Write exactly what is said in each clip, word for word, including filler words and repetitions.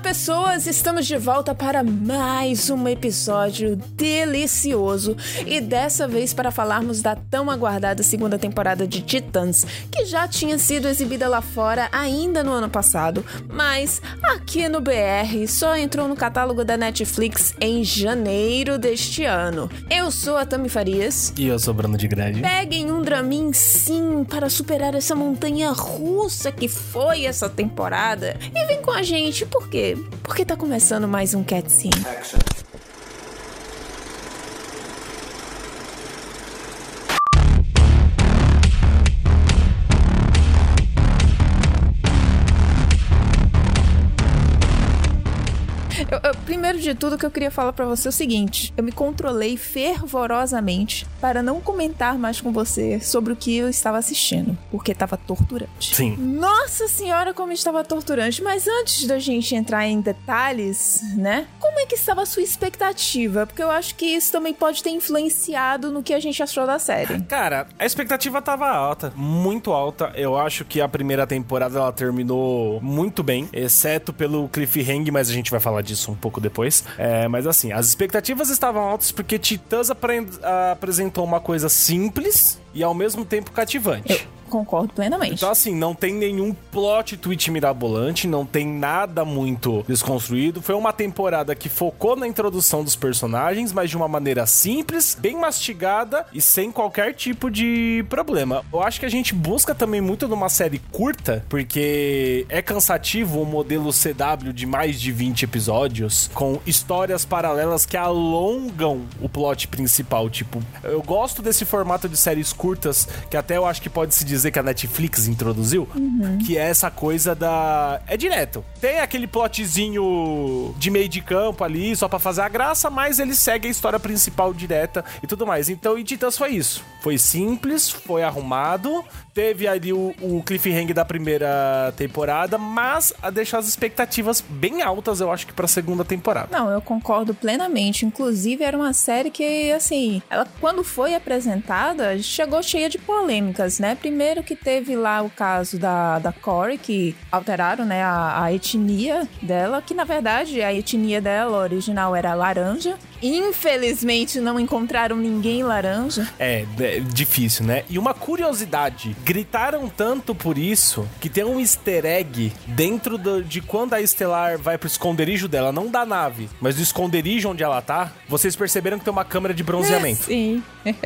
pessoas, estamos de volta para mais um episódio delicioso e dessa vez para falarmos da tão aguardada segunda temporada de Titãs, que já tinha sido exibida lá fora ainda no ano passado, mas aqui no B R só entrou no catálogo da Netflix em janeiro deste ano. Eu sou a Tami Farias. E eu sou o Bruno de Grande. Peguem um Dramin sim para superar essa montanha russa que foi essa temporada e vem com a gente, por quê? Porque tá começando mais um Cat Scene. Action. Eu, eu, primeiro de tudo, que eu queria falar pra você é o seguinte: eu me controlei fervorosamente para não comentar mais com você sobre o que eu estava assistindo, porque estava torturante. Sim. Nossa senhora, como estava torturante. Mas antes da gente entrar em detalhes, né? Como é que estava a sua expectativa? Porque eu acho que isso também pode ter influenciado no que a gente achou da série. Cara, a expectativa tava alta, muito alta. Eu acho que a primeira temporada ela terminou muito bem, exceto pelo cliffhanger, mas a gente vai falar disso um pouco depois. É, mas assim, as expectativas estavam altas porque Titãs apre- apresentou uma coisa simples e ao mesmo tempo cativante. Eu concordo plenamente. Então assim, não tem nenhum plot twist mirabolante, não tem nada muito desconstruído. Foi uma temporada que focou na introdução dos personagens, mas de uma maneira simples, bem mastigada e sem qualquer tipo de problema. Eu acho que a gente busca também muito numa série curta, porque é cansativo o modelo C W de mais de vinte episódios, com histórias paralelas que alongam o plot principal. Tipo, eu gosto desse formato de séries curtas, que até eu acho que pode se dizer que a Netflix introduziu, uhum. Que é essa coisa da... É direto. Tem aquele plotzinho de meio de campo ali, só pra fazer a graça, mas ele segue a história principal direta e tudo mais. Então, em Titãs foi isso. Foi simples, foi arrumado, teve ali o, o cliffhanger da primeira temporada, mas a deixar as expectativas bem altas, eu acho que pra segunda temporada. Não, eu concordo plenamente. Inclusive, era uma série que, assim, ela quando foi apresentada, chegou cheia de polêmicas, né? Primeiro que teve lá o caso da, da Corey, que alteraram, né, a, a etnia dela, que na verdade a etnia dela original era laranja. Infelizmente não encontraram ninguém laranja. É, é difícil, né? E uma curiosidade, gritaram tanto por isso que tem um easter egg dentro do, de quando a Estelar vai pro esconderijo dela, não da nave, mas do esconderijo onde ela tá. Vocês perceberam que tem uma câmera de bronzeamento. Sim.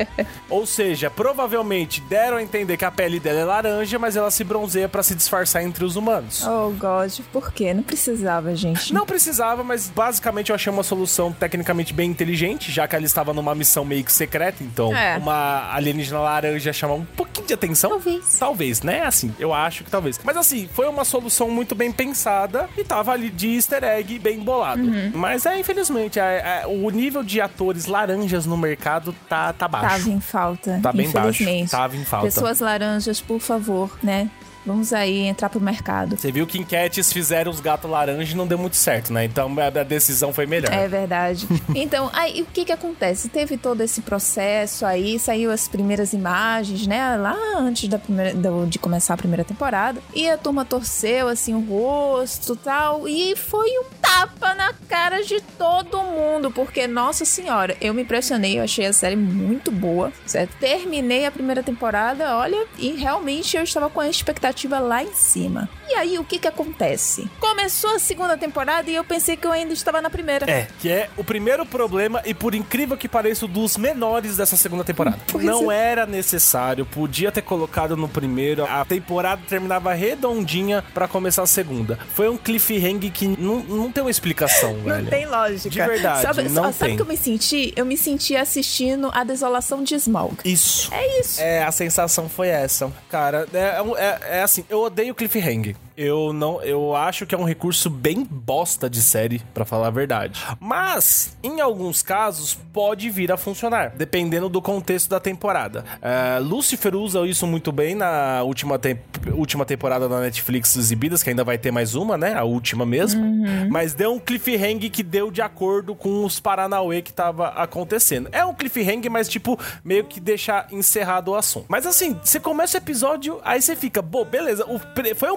Ou seja, provavelmente deram a entender que a pele dela é laranja, mas ela se bronzeia pra se disfarçar entre os humanos. Oh, God, por quê? Não precisava, gente. Não precisava, mas basicamente eu achei uma solução tecnicamente bem inteligente, já que ela estava numa missão meio que secreta, então é. Uma alienígena laranja chama um pouquinho de atenção. Talvez. Talvez, né? Assim, eu acho que talvez. Mas assim, foi uma solução muito bem pensada e tava ali de easter egg bem bolado. Uhum. Mas é, infelizmente, é, é, o nível de atores laranjas no mercado tá, tá baixo. Tava em falta. Tá bem baixo. Tava em falta. Pessoas laranjas, por favor, né? Vamos aí entrar pro mercado. Você viu que enquetes fizeram os gatos laranjas e não deu muito certo, né? Então a decisão foi melhor. É verdade. Então, aí o que que acontece? Teve todo esse processo aí, saiu as primeiras imagens, né? Lá antes da primeira, de começar a primeira temporada. E a turma torceu, assim, o rosto e tal. E foi um tapa na cara de todo mundo. Porque, nossa senhora, eu me impressionei. Eu achei a série muito boa, certo? Terminei a primeira temporada, olha, e realmente eu estava com a expectativa lá em cima. E aí, o que que acontece? Começou a segunda temporada e eu pensei que eu ainda estava na primeira. É, que é o primeiro problema e, por incrível que pareça, dos menores dessa segunda temporada. Pois não é. Era necessário, podia ter colocado no primeiro. A temporada terminava redondinha pra começar a segunda. Foi um cliffhanger que não, não tem uma explicação, velho. Não tem lógica. De verdade, sabe, não sabe tem. o que eu me senti? Eu me senti assistindo A Desolação de Smaug. Isso. É isso. É, a sensação foi essa. Cara, é, é, é assim, eu odeio cliffhanger. Eu não, eu acho que é um recurso bem bosta de série, pra falar a verdade. Mas, em alguns casos, pode vir a funcionar, dependendo do contexto da temporada. Uh, Lucifer usa isso muito bem na última, te- última temporada da Netflix exibidas, que ainda vai ter mais uma, né? A última mesmo. Uhum. Mas deu um cliffhanger que deu de acordo com os Paranauê que tava acontecendo. É um cliffhanger, mas tipo, meio que deixar encerrado o assunto. Mas assim, você começa o episódio, aí você fica, pô, beleza, o pre- foi um primeiro episódio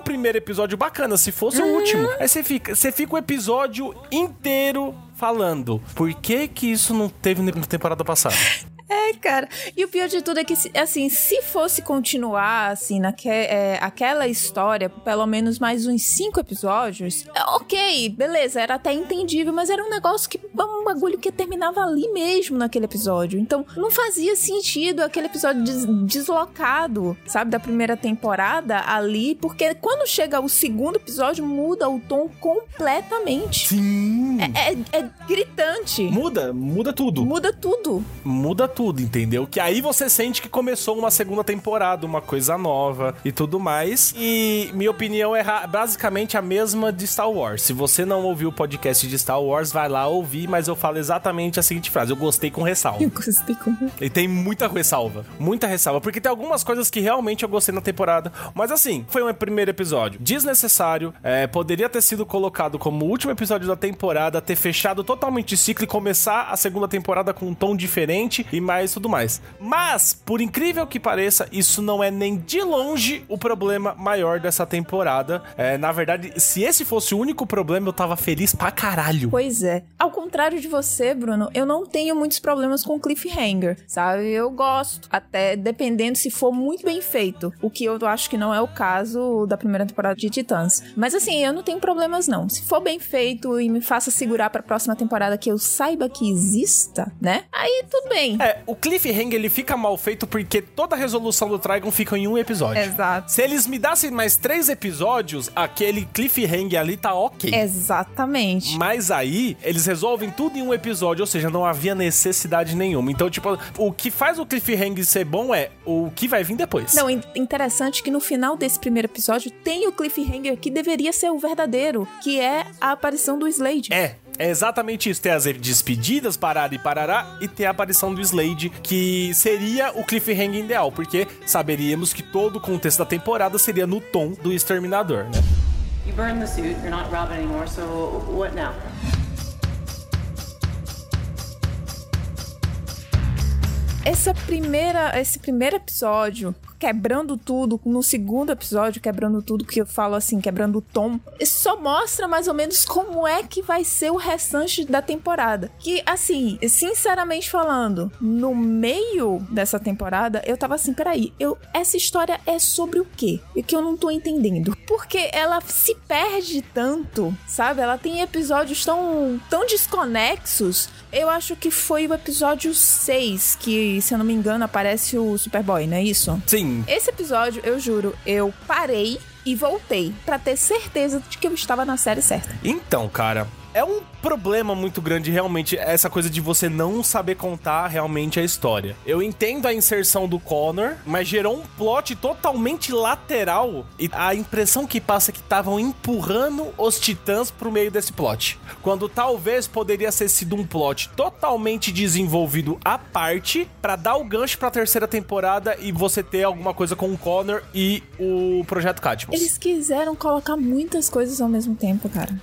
episódio bacana, se fosse uhum. o último. Aí você fica, você fica o episódio inteiro falando, por que que isso não teve na temporada passada? É, cara. E o pior de tudo é que, assim, se fosse continuar, assim, naque, é, aquela história, pelo menos mais uns cinco episódios, ok, beleza, era até entendível, mas era um negócio que, um bagulho que terminava ali mesmo naquele episódio. Então, não fazia sentido aquele episódio des- deslocado, sabe, da primeira temporada ali, porque quando chega o segundo episódio, muda o tom completamente. Sim! É, é, é gritante. Muda, muda tudo. Muda tudo. Muda tudo, entendeu? Que aí você sente que começou uma segunda temporada, uma coisa nova e tudo mais. E minha opinião é basicamente a mesma de Star Wars. Se você não ouviu o podcast de Star Wars, vai lá ouvir, mas eu falo exatamente a seguinte frase: eu gostei com ressalva. Eu gostei com... E tem muita ressalva, muita ressalva, porque tem algumas coisas que realmente eu gostei na temporada, mas assim, foi um primeiro episódio desnecessário, é, poderia ter sido colocado como o último episódio da temporada, ter fechado totalmente o ciclo e começar a segunda temporada com um tom diferente e mais tudo mais. Mas, por incrível que pareça, isso não é nem de longe o problema maior dessa temporada. É, na verdade, se esse fosse o único problema, eu tava feliz pra caralho. Pois é. Ao contrário de você, Bruno, eu não tenho muitos problemas com cliffhanger, sabe? Eu gosto, até dependendo se for muito bem feito, o que eu acho que não é o caso da primeira temporada de Titãs. Mas assim, eu não tenho problemas não. Se for bem feito e me faça segurar pra próxima temporada que eu saiba que exista, né? Aí tudo bem. É, o cliffhanger ele fica mal feito porque toda a resolução do Trigon fica em um episódio. Exato. Se eles me dassem mais três episódios, aquele cliffhanger ali tá ok. Exatamente. Mas aí, eles resolvem tudo em um episódio, ou seja, não havia necessidade nenhuma. Então, tipo, o que faz o cliffhanger ser bom é o que vai vir depois. Não, interessante que no final desse primeiro episódio tem o cliffhanger que deveria ser o verdadeiro, que é a aparição do Slade. É. É exatamente isso, tem as despedidas, parada e parará, e tem a aparição do Slade, que seria o cliffhanger ideal, porque saberíamos que todo o contexto da temporada seria no tom do Exterminador, né? You burned the suit, you're not Robin anymore, so what now? Essa primeira, esse primeiro episódio, quebrando tudo, no segundo episódio, quebrando tudo, que eu falo assim, quebrando o tom, só mostra mais ou menos como é que vai ser o restante da temporada. Que, assim, sinceramente falando, no meio dessa temporada, eu tava assim, peraí, eu, essa história é sobre o quê? E que eu não tô entendendo. Porque ela se perde tanto, sabe? Ela tem episódios tão, tão desconexos. Eu acho que foi o episódio seis que, se eu não me engano, aparece o Superboy, não é isso? Sim. Esse episódio, eu juro, eu parei e voltei pra ter certeza de que eu estava na série certa. Então, cara, é um problema muito grande realmente essa coisa de você não saber contar realmente a história. Eu entendo a inserção do Connor, mas gerou um plot totalmente lateral e a impressão que passa é que estavam empurrando os titãs pro meio desse plot. Quando talvez poderia ter sido um plot totalmente desenvolvido à parte pra dar o gancho pra terceira temporada e você ter alguma coisa com o Connor e o Projeto Cadmus. Eles quiseram colocar muitas coisas ao mesmo tempo, cara.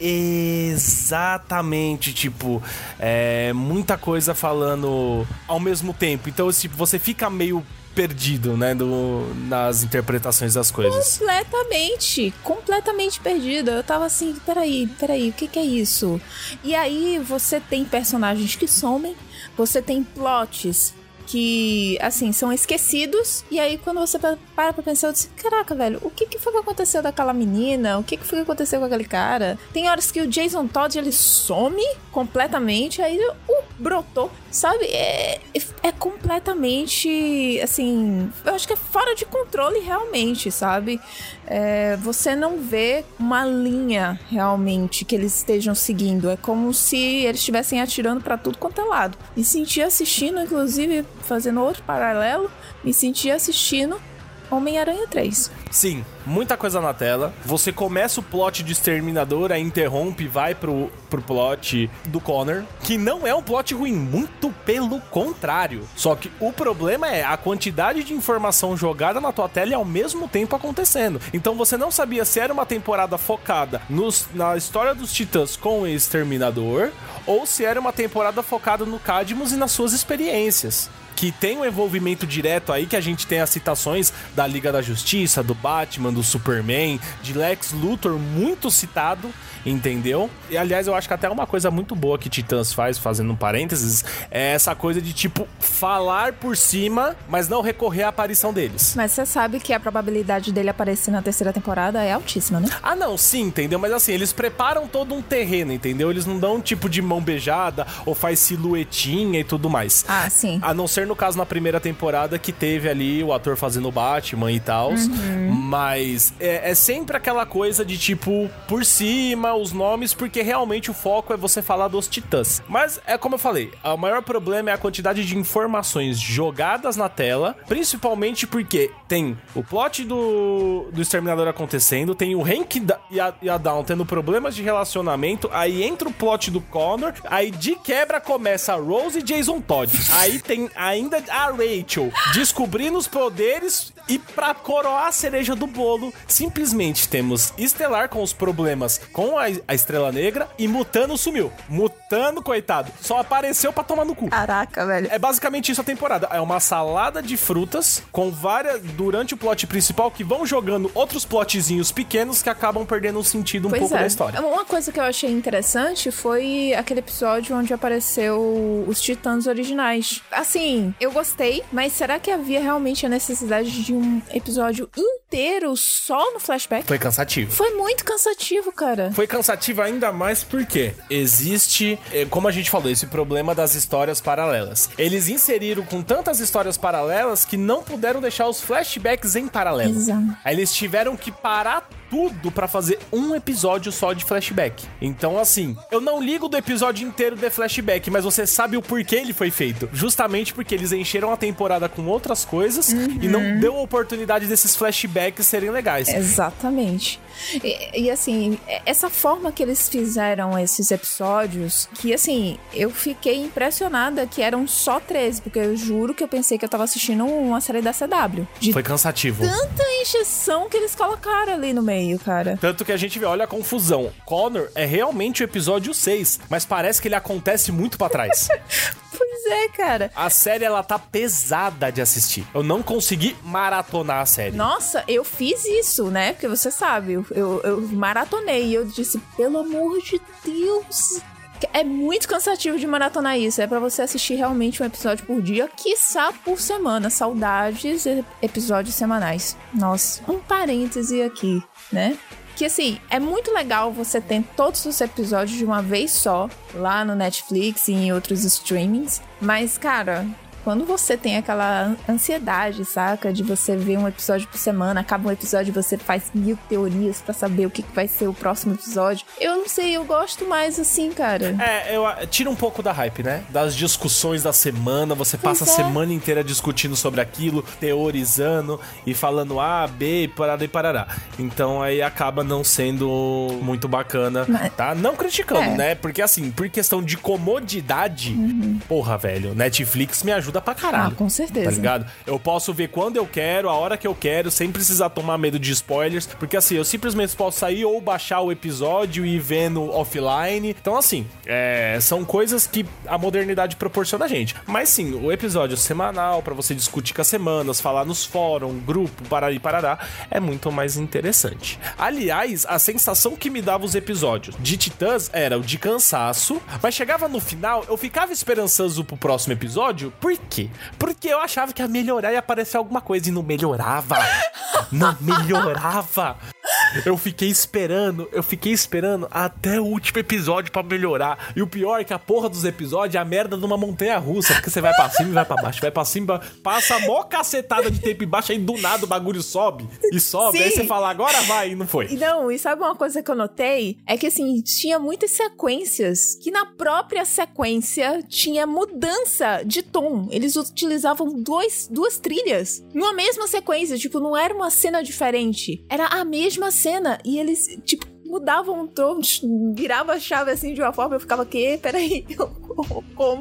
Exatamente. Tipo, é, muita coisa falando ao mesmo tempo. Então, tipo, você fica meio perdido, né, do, nas interpretações das coisas. Completamente, completamente perdida. Eu tava assim, peraí, peraí, o que que é isso? E aí você tem personagens que somem, você tem plots que, assim, são esquecidos, e aí quando você para pra pensar, eu disse, caraca, velho, o que que foi que aconteceu daquela menina? O que que foi que aconteceu com aquele cara? Tem horas que o Jason Todd, ele some completamente, aí uh, brotou, sabe? É, é completamente, assim, eu acho que é fora de controle realmente, sabe? É, você não vê uma linha realmente que eles estejam seguindo, é como se eles estivessem atirando pra tudo quanto é lado. Me senti assistindo, inclusive, fazendo outro paralelo, me senti assistindo Homem-Aranha três. Sim, muita coisa na tela. Você começa o plot de Exterminador, aí interrompe e vai pro, pro plot do Connor, que não é um plot ruim, muito pelo contrário. Só que o problema é a quantidade de informação jogada na tua tela e ao mesmo tempo acontecendo. Então você não sabia se era uma temporada focada nos, na história dos Titãs com o Exterminador, ou se era uma temporada focada no Cadmus e nas suas experiências. que tem um envolvimento direto aí, que a gente tem as citações da Liga da Justiça, do Batman, do Superman, de Lex Luthor, muito citado, entendeu? E, aliás, eu acho que até uma coisa muito boa que Titãs faz, fazendo um parênteses, é essa coisa de, tipo, falar por cima, mas não recorrer à aparição deles. Mas você sabe que a probabilidade dele aparecer na terceira temporada é altíssima, né? Ah, não, sim, entendeu? Mas assim, eles preparam todo um terreno, entendeu? Eles não dão um tipo de mão beijada ou faz silhuetinha e tudo mais. Ah, sim. A não ser no caso na primeira temporada que teve ali o ator fazendo o Batman e tal. Uhum. Mas é, é sempre aquela coisa de tipo, por cima, os nomes, porque realmente o foco é você falar dos Titãs. Mas é como eu falei, o maior problema é a quantidade de informações jogadas na tela, principalmente porque tem o plot do, do Exterminador acontecendo, tem o Hank e a, e a Dawn tendo problemas de relacionamento, aí entra o plot do Connor, aí de quebra começa a Rose e Jason Todd. Aí tem ainda a Rachel descobrindo os poderes e pra coroar a cereja do bolo, simplesmente temos Estelar com os problemas com a, a Estrela Negra e Mutano sumiu. Mutano, coitado, só apareceu pra tomar no cu. Caraca, velho. É basicamente isso a temporada. É uma salada de frutas com várias, durante o plot principal, que vão jogando outros plotzinhos pequenos que acabam perdendo o sentido um pois pouco é. da história. Uma coisa que eu achei interessante foi aquele episódio onde apareceu os Titãs originais. Assim, eu gostei, mas será que havia realmente a necessidade de um episódio inteiro só no flashback? Foi cansativo. Foi muito cansativo, cara. Foi cansativo ainda mais porque existe, como a gente falou, esse problema das histórias paralelas. Eles inseriram com tantas histórias paralelas que não puderam deixar os flashbacks em paralelo. Exato. Aí eles tiveram que parar tudo pra fazer um episódio só de flashback. Então, assim, eu não ligo do episódio inteiro de flashback, mas você sabe o porquê ele foi feito. Justamente porque eles encheram a temporada com outras coisas uhum. e não deu a oportunidade desses flashbacks serem legais. Exatamente. E, e, assim, essa forma que eles fizeram esses episódios, que, assim, eu fiquei impressionada que eram só treze, porque eu juro que eu pensei que eu tava assistindo uma série da C W. Foi cansativo. Tanta encheção que eles colocaram ali no meio, cara. Tanto que a gente vê, olha a confusão. Connor é realmente o episódio seis, mas parece que ele acontece muito pra trás. Pois é, cara. A série, ela tá pesada de assistir. Eu não consegui maratonar a série. Nossa, eu fiz isso, né? Porque você sabe, eu, eu, eu maratonei e eu disse, pelo amor de Deus... É muito cansativo de maratonar isso. É pra você assistir realmente um episódio por dia, quiçá por semana. Saudades, episódios semanais. Nossa, um parêntese aqui, né? Que assim, é muito legal você ter todos os episódios de uma vez só, lá no Netflix e em outros streamings. Mas, cara... Quando você tem aquela ansiedade, saca? De você ver um episódio por semana, acaba um episódio e você faz mil teorias pra saber o que vai ser o próximo episódio. Eu não sei, eu gosto mais assim, cara. É, eu tira um pouco da hype, né? Das discussões da semana, você pois passa é. a semana inteira discutindo sobre aquilo, teorizando e falando A, B e parará e parará. Então aí acaba não sendo muito bacana, Mas... tá? Não criticando, é. né? Porque assim, por questão de comodidade, uhum. porra, velho, Netflix me ajuda pra caralho. Ah, com certeza. Tá ligado? Eu posso ver quando eu quero, a hora que eu quero, sem precisar tomar medo de spoilers, porque assim, eu simplesmente posso sair ou baixar o episódio e ir vendo offline. Então assim, é, são coisas que a modernidade proporciona a gente. Mas sim, o episódio semanal, pra você discutir com as semanas, falar nos fóruns, grupo, parará e parará, é muito mais interessante. Aliás, a sensação que me dava os episódios de Titãs era o de cansaço, mas chegava no final, eu ficava esperançoso pro próximo episódio. Por quê? Porque eu achava que ia melhorar e aparecer alguma coisa e não melhorava. Não melhorava. Eu fiquei esperando, eu fiquei esperando até o último episódio pra melhorar. E o pior é que a porra dos episódios é a merda de uma montanha russa, porque você vai pra cima e vai pra baixo, vai pra cima, passa a mó cacetada de tempo embaixo, aí do nada o bagulho sobe e sobe. Sim. Aí você fala, agora vai, e não foi. Não, e sabe uma coisa que eu notei? É que assim, tinha muitas sequências que na própria sequência tinha mudança de tom. Eles utilizavam dois, duas trilhas numa mesma sequência, tipo, não era uma cena diferente, era a mesma cena, e eles, tipo, mudavam o tom, virava a chave assim de uma forma, eu ficava, que? Peraí, eu, como?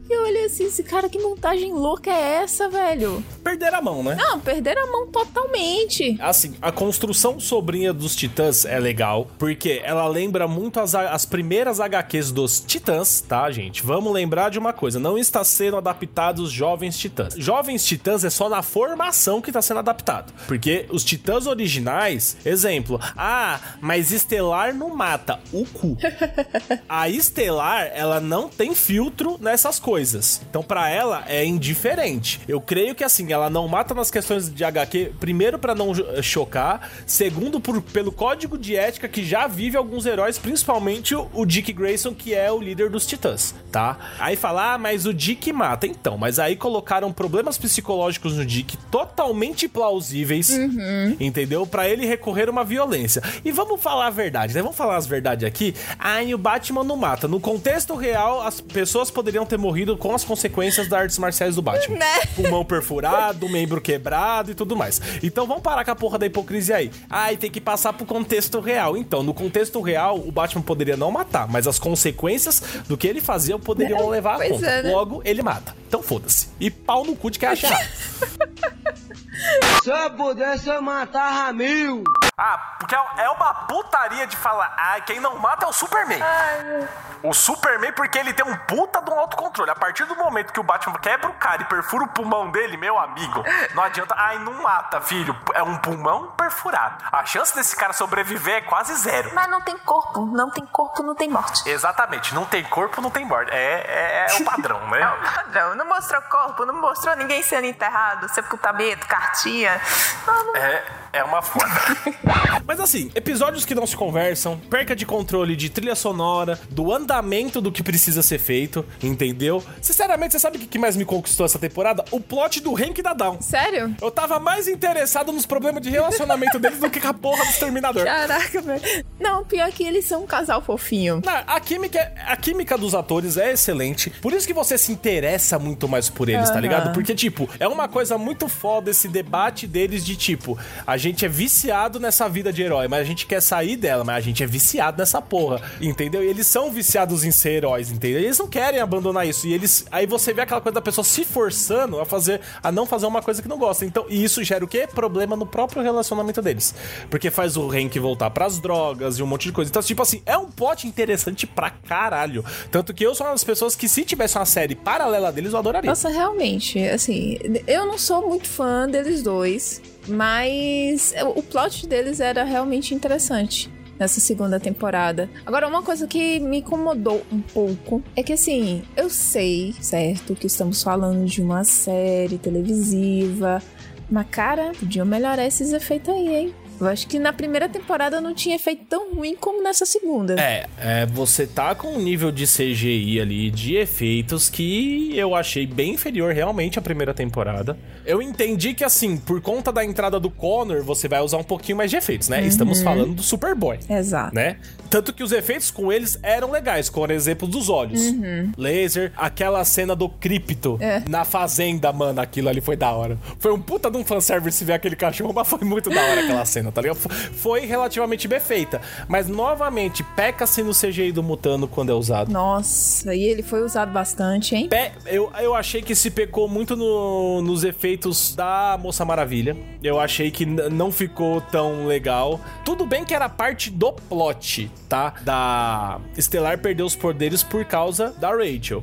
E eu olhei assim, esse cara, que montagem louca é essa, velho? Perderam a mão, né? Não, perderam a mão totalmente. Assim, a construção sobrinha dos Titãs é legal, porque ela lembra muito as, as primeiras agá quês dos Titãs, tá, gente? Vamos lembrar de uma coisa, não está sendo adaptado os Jovens Titãs. Jovens Titãs é só na formação que está sendo adaptado, porque os Titãs originais, exemplo, ah, mas Estelar não mata, o cu. A Estelar, ela não tem filtro nessas coisas, então pra ela é indiferente. Eu creio que assim, ela não mata nas questões de agá quê, primeiro pra não chocar, segundo por, pelo código de ética que já vive alguns heróis, principalmente o, o Dick Grayson, que é o líder dos Titãs, tá? Aí fala, ah, mas o Dick mata, então, mas aí colocaram problemas psicológicos no Dick totalmente plausíveis, uhum. entendeu? Pra ele recorrer a uma violência. E vamos falar a verdade, né? Vamos falar as verdades aqui. Ah, e o Batman não mata. No contexto real, as pessoas poderiam ter morrido com as consequências das artes marciais do Batman. Né? Pulmão perfurado, membro quebrado e tudo mais. Então vamos parar com a porra da hipocrisia aí. Ah, e tem que passar pro contexto real. Então, no contexto real, o Batman poderia não matar, mas as consequências do que ele fazia poderiam é, levar a conta. É, né? Logo, ele mata. Então foda-se. E pau no cu de quem acha. Se eu pudesse, eu matava mil. Ah, porque é uma putaria de falar, ah, quem não mata é o Superman. Ai. O Superman, porque ele tem um puta de um autocontrole. A partir do momento que o Batman quebra o cara e perfura o pulmão dele, meu amigo, não adianta, ai, não mata, filho. É um pulmão perfurado. A chance desse cara sobreviver é quase zero. Mas não tem corpo, não tem corpo, não tem morte. Exatamente, não tem corpo, não tem morte. É, é, é o padrão, né? É o padrão, não mostrou corpo, não mostrou ninguém sendo enterrado, sepultamento, cartinha. Não, não... É, é uma foda. Mas assim, episódios que não se conversam, perca de controle de trilha sonora, do andamento do que precisa ser feito, entendeu? Sinceramente, você sabe o que mais me conquistou essa temporada? O plot do Hank e da Dawn. Sério? Eu tava mais interessado nos problemas de relacionamento deles do que com a porra do Exterminador. Caraca, velho. Não, pior que eles são um casal fofinho. Não, a química, a química dos atores é excelente, por isso que você se interessa muito mais por eles, uhum. tá ligado? Porque, tipo, é uma coisa muito foda esse debate deles de, tipo, a gente é viciado nessa vida de herói, mas a gente quer sair dela, mas a gente é viciado nessa porra, entendeu? E eles são viciados em ser heróis, entendeu? E eles não querem abandonar isso, e eles, aí você vê aquela coisa da pessoa se forçando a fazer, a não fazer uma coisa que não gosta, então, e isso gera o quê? Problema no próprio relacionamento deles, porque faz o Hank voltar pras drogas e um monte de coisa, então, tipo assim, é um plot interessante pra caralho, tanto que eu sou uma das pessoas que se tivesse uma série paralela deles, eu adoraria. Nossa, realmente, assim, eu não sou muito fã deles dois, mas o plot deles era realmente interessante nessa segunda temporada. Agora, uma coisa que me incomodou um pouco é que, assim, eu sei, certo, que estamos falando de uma série televisiva, mas, cara, podiam melhorar esses efeitos aí, hein? Eu acho que na primeira temporada não tinha efeito tão ruim como nessa segunda. É, é, você tá com um nível de C G I ali, de efeitos, que eu achei bem inferior realmente à primeira temporada. Eu entendi que, assim, por conta da entrada do Connor, você vai usar um pouquinho mais de efeitos, né? Uhum. Estamos falando do Superboy. Exato. Né? Tanto que os efeitos com eles eram legais, com o exemplo dos olhos. Uhum. Laser, aquela cena do Crypto é. na fazenda, mano, aquilo ali foi da hora. Foi um puta de um fanservice ver aquele cachorro, mas foi muito da hora aquela cena, tá ligado? Foi relativamente bem feita. Mas, novamente, peca-se no C G I do Mutano quando é usado. Nossa, e ele foi usado bastante, hein? Pe- eu, eu achei que se pecou muito no, nos efeitos da Moça Maravilha. Eu achei que n- não ficou tão legal. Tudo bem que era parte do plot, tá? Da Estelar perder os poderes por causa da Rachel.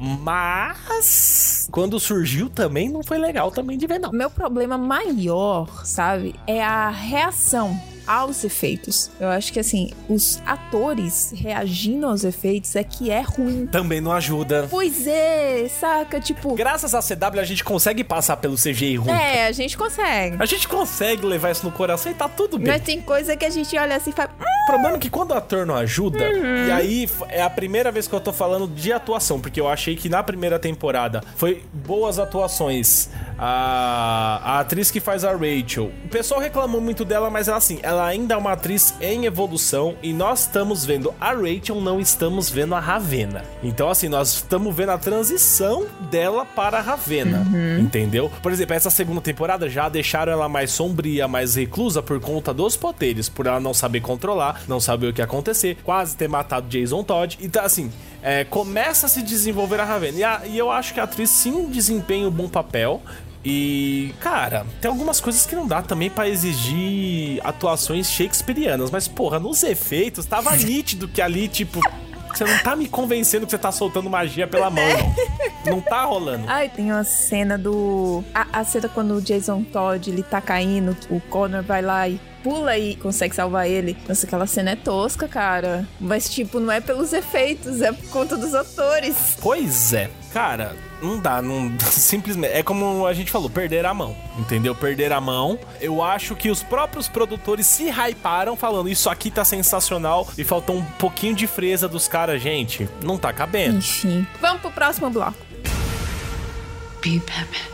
Mas quando surgiu também não foi legal também de ver, não. Meu problema maior, sabe, é a reação aos efeitos. Eu acho que, assim, os atores reagindo aos efeitos é que é ruim. Também não ajuda. Pois é, saca? Tipo... Graças à C W a gente consegue passar pelo C G I ruim. É, a gente consegue. A gente consegue levar isso no coração e tá tudo bem. Mas tem coisa que a gente olha assim e fala... O problema é que quando o ator não ajuda, uhum. e aí é a primeira vez que eu tô falando de atuação, porque eu achei que na primeira temporada foi boas atuações. A, a atriz que faz a Rachel, o pessoal reclamou muito dela, mas ela, assim, ela ela ainda é uma atriz em evolução e nós estamos vendo a Rachel, não estamos vendo a Ravenna. Então, assim, nós estamos vendo a transição dela para a Ravenna, uhum. entendeu? Por exemplo, essa segunda temporada já deixaram ela mais sombria, mais reclusa por conta dos poderes, por ela não saber controlar, não saber o que ia acontecer, quase ter matado Jason Todd. Então, assim, é, começa a se desenvolver a Ravenna. E, a, e eu acho que a atriz sim desempenha um bom papel. E, cara, tem algumas coisas que não dá também pra exigir atuações shakespearianas. Mas, porra, nos efeitos, tava nítido que ali, tipo... Você não tá me convencendo que você tá soltando magia pela mão, não. Não tá rolando. Ai, tem uma cena do... A, a cena quando o Jason Todd, ele tá caindo, o Connor vai lá e pula e consegue salvar ele. Nossa, aquela cena é tosca, cara. Mas, tipo, não é pelos efeitos, é por conta dos atores. Pois é. Cara, não dá, não, simplesmente, é como a gente falou, perder a mão, entendeu? Perder a mão. Eu acho que os próprios produtores se hyparam falando, isso aqui tá sensacional e faltou um pouquinho de freza dos caras, gente, não tá cabendo. Enfim, vamos pro próximo bloco. Be Batman.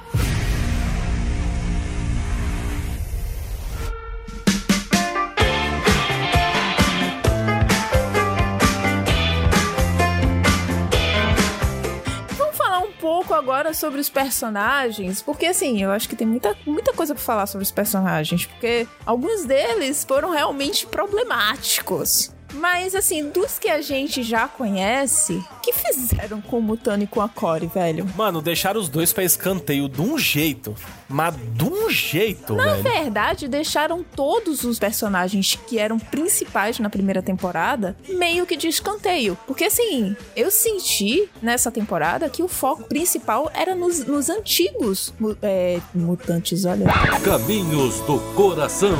Pouco agora sobre os personagens, porque assim, eu acho que tem muita, muita coisa pra falar sobre os personagens, porque alguns deles foram realmente problemáticos. Mas, assim, dos que a gente já conhece, que fizeram com o Mutano e com a Corey, velho? Mano, deixaram os dois pra escanteio de um jeito. Mas de um jeito, Na velho. verdade, deixaram todos os personagens que eram principais na primeira temporada meio que de escanteio. Porque, assim, eu senti nessa temporada que o foco principal era nos, nos antigos é, mutantes, olha. Caminhos do Coração.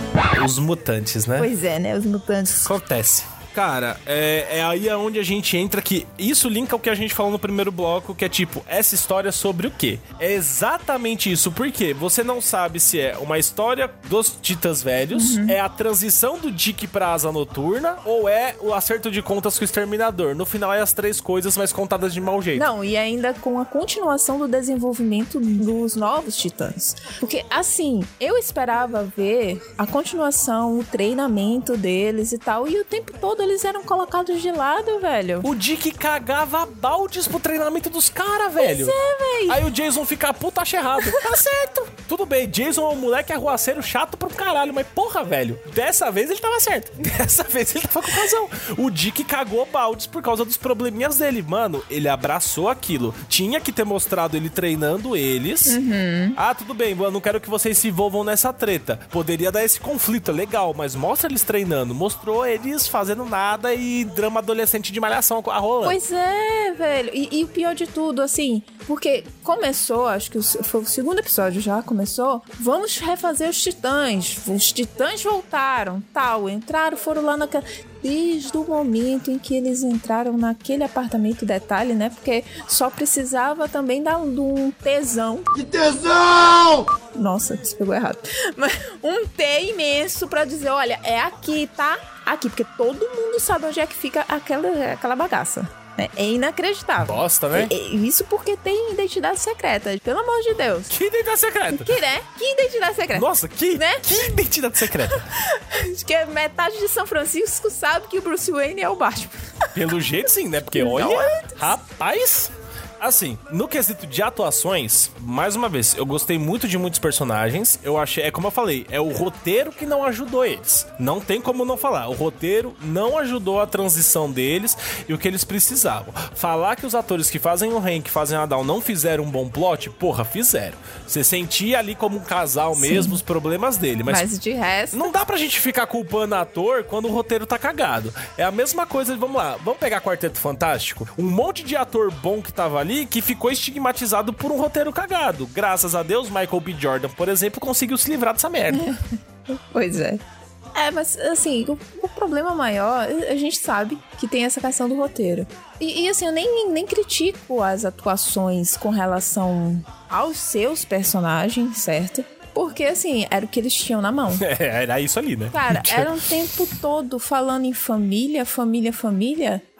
Os mutantes, né? Pois é, né? Os mutantes. Acontece. Cara, é, é aí aonde a gente entra que isso linka o que a gente falou no primeiro bloco, que é tipo, essa história sobre o quê? É exatamente isso, porque você não sabe se é uma história dos Titãs Velhos, uhum. é a transição do Dick pra Asa Noturna, ou é o acerto de contas com o Exterminador. No final é as três coisas, mas contadas de mau jeito. Não, e ainda com a continuação do desenvolvimento dos novos Titãs. Porque, assim, eu esperava ver a continuação, o treinamento deles e tal, e o tempo todo eles eram colocados de lado, velho. O Dick cagava baldes pro treinamento dos caras, velho. Pois é, velho. Aí o Jason fica, puta, acha errado. Tá certo. Tudo bem, Jason é um moleque arruaceiro chato pro caralho, mas porra, velho, dessa vez ele tava certo. Dessa vez ele tava com razão. O Dick cagou baldes por causa dos probleminhas dele. Mano, ele abraçou aquilo. Tinha que ter mostrado ele treinando eles. Uhum. Ah, tudo bem, eu não quero que vocês se envolvam nessa treta. Poderia dar esse conflito, é legal, mas mostra eles treinando. Mostrou eles fazendo nada e drama adolescente de malhação a rola. Pois é, velho. E, e o pior de tudo, assim, porque começou, acho que foi o segundo episódio já, começou, vamos refazer os Titãs. Os Titãs voltaram, tal, entraram, foram lá naquela... Desde o momento em que eles entraram naquele apartamento, detalhe, né? Porque só precisava também dar um tesão. Que tesão! Nossa, isso pegou errado. Mas um T imenso pra dizer, olha, é aqui, tá? Aqui, porque todo mundo sabe onde é que fica aquela, aquela bagaça. É, é inacreditável. Bosta, né? É, é, isso porque tem identidade secreta. Pelo amor de Deus. Que identidade secreta? Que, né? Que identidade secreta? Nossa, que, né? que identidade secreta? Acho que metade de São Francisco sabe que o Bruce Wayne é o Batman. Pelo jeito sim, né? Porque olha, rapaz... Assim, no quesito de atuações, mais uma vez, eu gostei muito de muitos personagens. Eu achei, é como eu falei, é o roteiro que não ajudou eles. Não tem como não falar. O roteiro não ajudou a transição deles e o que eles precisavam. Falar que os atores que fazem o Hank, que fazem a Dawn, não fizeram um bom plot, porra, fizeram. Você sentia ali como um casal mesmo, sim, os problemas dele. Mas, mas de resto... não dá pra gente ficar culpando ator quando o roteiro tá cagado. É a mesma coisa, vamos lá, vamos pegar Quarteto Fantástico. Um monte de ator bom que tava ali que ficou estigmatizado por um roteiro cagado. Graças a Deus, Michael B. Jordan, por exemplo, conseguiu se livrar dessa merda. Pois é. É, mas assim, o, o problema maior, a gente sabe que tem essa questão do roteiro. E, e assim, eu nem, nem critico as atuações com relação aos seus personagens, certo? Porque, assim, era o que eles tinham na mão. É, era isso ali, né? Cara, era um tempo todo falando em família, família, família.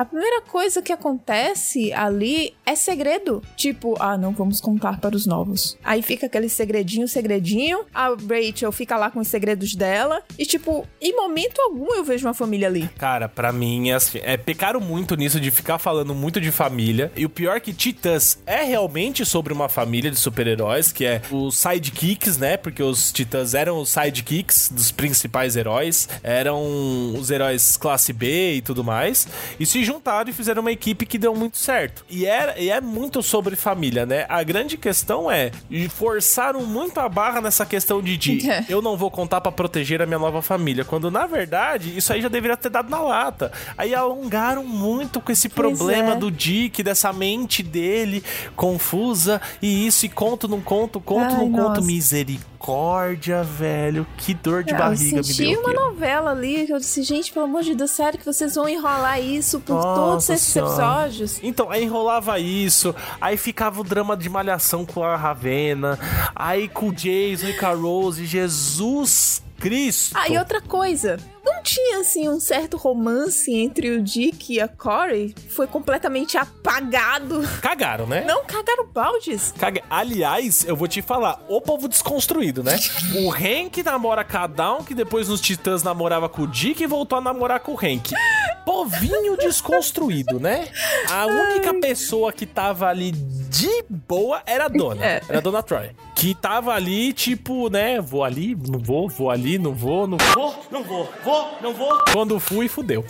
A primeira coisa que acontece ali é segredo. Tipo, ah, não vamos contar para os novos. Aí fica aquele segredinho, segredinho. A Rachel fica lá com os segredos dela. E tipo, em momento algum eu vejo uma família ali. Cara, pra mim, assim, é, pecaram muito nisso de ficar falando muito de família. E o pior é que Titãs é realmente sobre uma família de super-heróis, que é os sidekicks, né? Porque os Titãs eram os sidekicks dos principais heróis. Eram os heróis classe B e tudo mais. E se juntaram e fizeram uma equipe que deu muito certo. E é, e é muito sobre família, né? A grande questão é, forçaram muito a barra nessa questão de, de eu não vou contar pra proteger a minha nova família. Quando, na verdade, isso aí já deveria ter dado na lata. Aí alongaram muito com esse pois problema é. do Dick, dessa mente dele confusa. E isso, e conto, não conto, conto, Ai, não nossa. conto. Misericórdia, velho. Que dor de é, barriga eu senti me deu. uma aqui. novela ali, que eu disse, gente, pelo amor de Deus, sério que vocês vão enrolar isso por Nossa todos esses senhora. episódios? Então, aí enrolava isso, aí ficava o drama de malhação com a Ravena, aí com o Jason e com a Rose, Jesus Cristo. Ah, e outra coisa, não tinha, assim, um certo romance entre o Dick e a Corey? Foi completamente apagado. Cagaram, né? Não, cagaram baldes. Caga... Aliás, eu vou te falar, o povo desconstruído, né? O Hank namora com a Dawn, que depois nos Titãs namorava com o Dick e voltou a namorar com o Hank. Povinho desconstruído, né? A única Ai. pessoa que tava ali de boa era a Dona. É. Era a Dona Troy. Que tava ali, tipo, né? Vou ali, não vou, vou ali, não vou, não vou, não vou, vou, não vou. Quando fui, fudeu.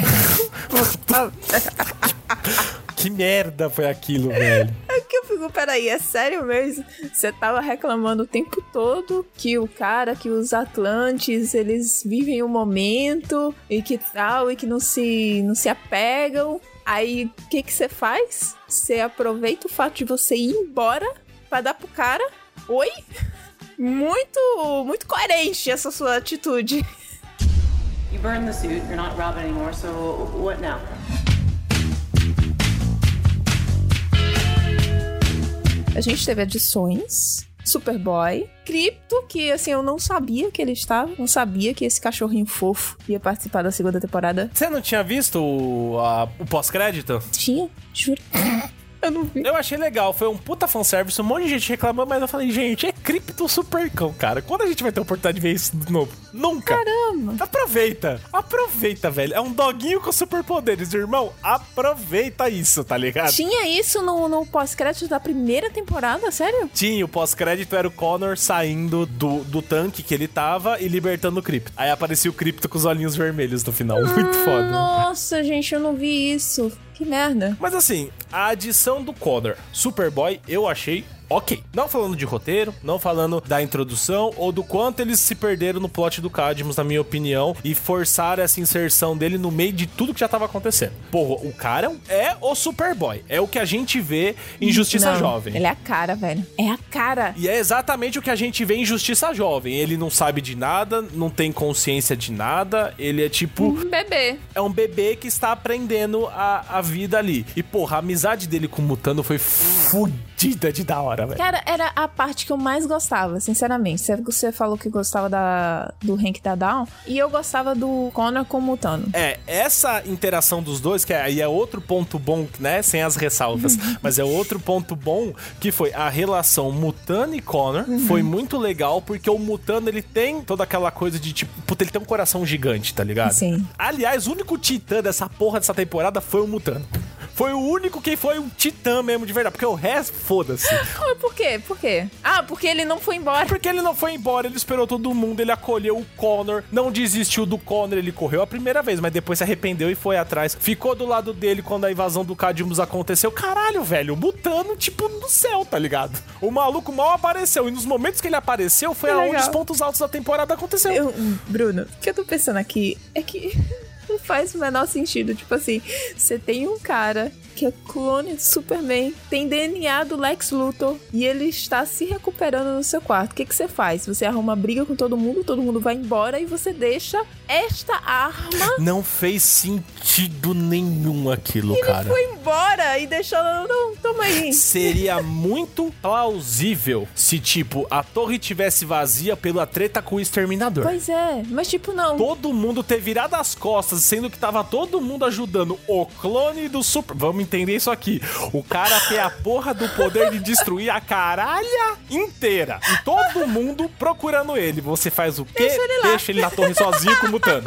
Que merda foi aquilo, velho. É que eu fico, peraí, é sério mesmo? Você tava reclamando o tempo todo que o cara, que os Atlantes, eles vivem o momento e que tal, e que não se, não se apegam. Aí, o que que você faz? Você aproveita o fato de você ir embora pra dar pro cara. Oi? Muito, muito coerente essa sua atitude. You burned the suit, you're not Robin anymore, so what now? A gente teve adições, Superboy, Krypto, que assim, eu não sabia que ele estava, não sabia que esse cachorrinho fofo ia participar da segunda temporada. Você não tinha visto o, a, o pós-crédito? Tinha, juro. Eu não vi. Eu achei legal, foi um puta fanservice, um monte de gente reclamou, mas eu falei, gente, é Krypto Supercão, cara. Quando a gente vai ter a oportunidade de ver isso de novo? Nunca. Caramba. Aproveita, aproveita, velho. É um doguinho com superpoderes, irmão. Aproveita isso, tá ligado? Tinha isso no, no pós-crédito da primeira temporada, sério? Tinha, o pós-crédito era o Connor saindo do, do tanque que ele tava e libertando o Krypto. Aí aparecia o Krypto com os olhinhos vermelhos no final. Muito ah, foda. Nossa, gente, eu não vi isso. Que merda. Mas assim, a adição do Connor Superboy eu achei ok. Não falando de roteiro, não falando da introdução ou do quanto eles se perderam no plot do Cadmus, na minha opinião, e forçaram essa inserção dele no meio de tudo que já tava acontecendo. Porra, o cara é o Superboy. É o que a gente vê em Justiça não, Jovem. Ele é a cara, velho. É a cara. E é exatamente o que a gente vê em Justiça Jovem. Ele não sabe de nada, não tem consciência de nada. Ele é tipo... Um bebê. É um bebê que está aprendendo a, a vida ali. E, porra, a amizade dele com o Mutano foi fodida de da hora. Cara, era a parte que eu mais gostava, sinceramente. Você falou que gostava da, do Hank da Dawn, e eu gostava do Connor com o Mutano. É, essa interação dos dois, que aí é outro ponto bom, né? Sem as ressalvas. Uhum. Mas é outro ponto bom, que foi a relação Mutano e Connor. Uhum. Foi muito legal, porque o Mutano, ele tem toda aquela coisa de, tipo... Puta, ele tem um coração gigante, tá ligado? Sim. Aliás, o único titã dessa porra dessa temporada foi o Mutano. Foi o único que foi um titã mesmo, de verdade. Porque o resto, foda-se. Por quê? Por quê? Ah, porque ele não foi embora. Porque ele não foi embora, ele esperou todo mundo, ele acolheu o Connor, não desistiu do Connor, ele correu a primeira vez, mas depois se arrependeu e foi atrás. Ficou do lado dele quando a invasão do Cadmus aconteceu. Caralho, velho, o Mutano, tipo, no céu, tá ligado? O maluco mal apareceu, e nos momentos que ele apareceu, foi aonde os pontos altos da temporada aconteceu. Eu, Bruno, o que eu tô pensando aqui é que... não faz o menor sentido. Tipo assim, você tem um cara que é clone de Superman, tem D N A do Lex Luthor e ele está se recuperando no seu quarto. O que que você faz? Você arruma briga com todo mundo, todo mundo vai embora e você deixa esta arma... Não fez sentido nenhum aquilo, ele cara. Ele foi embora e deixou... Não, toma aí. Seria muito plausível se, tipo, a torre tivesse vazia pela treta com o Exterminador. Pois é, mas tipo, não. Todo mundo ter virado as costas, sendo que tava todo mundo ajudando o clone do Super... Vamos entender isso aqui. O cara tem a porra do poder de destruir a caralha inteira. E todo mundo procurando ele. Você faz o quê? Deixa ele lá. Deixa ele na torre sozinho com o Mutano.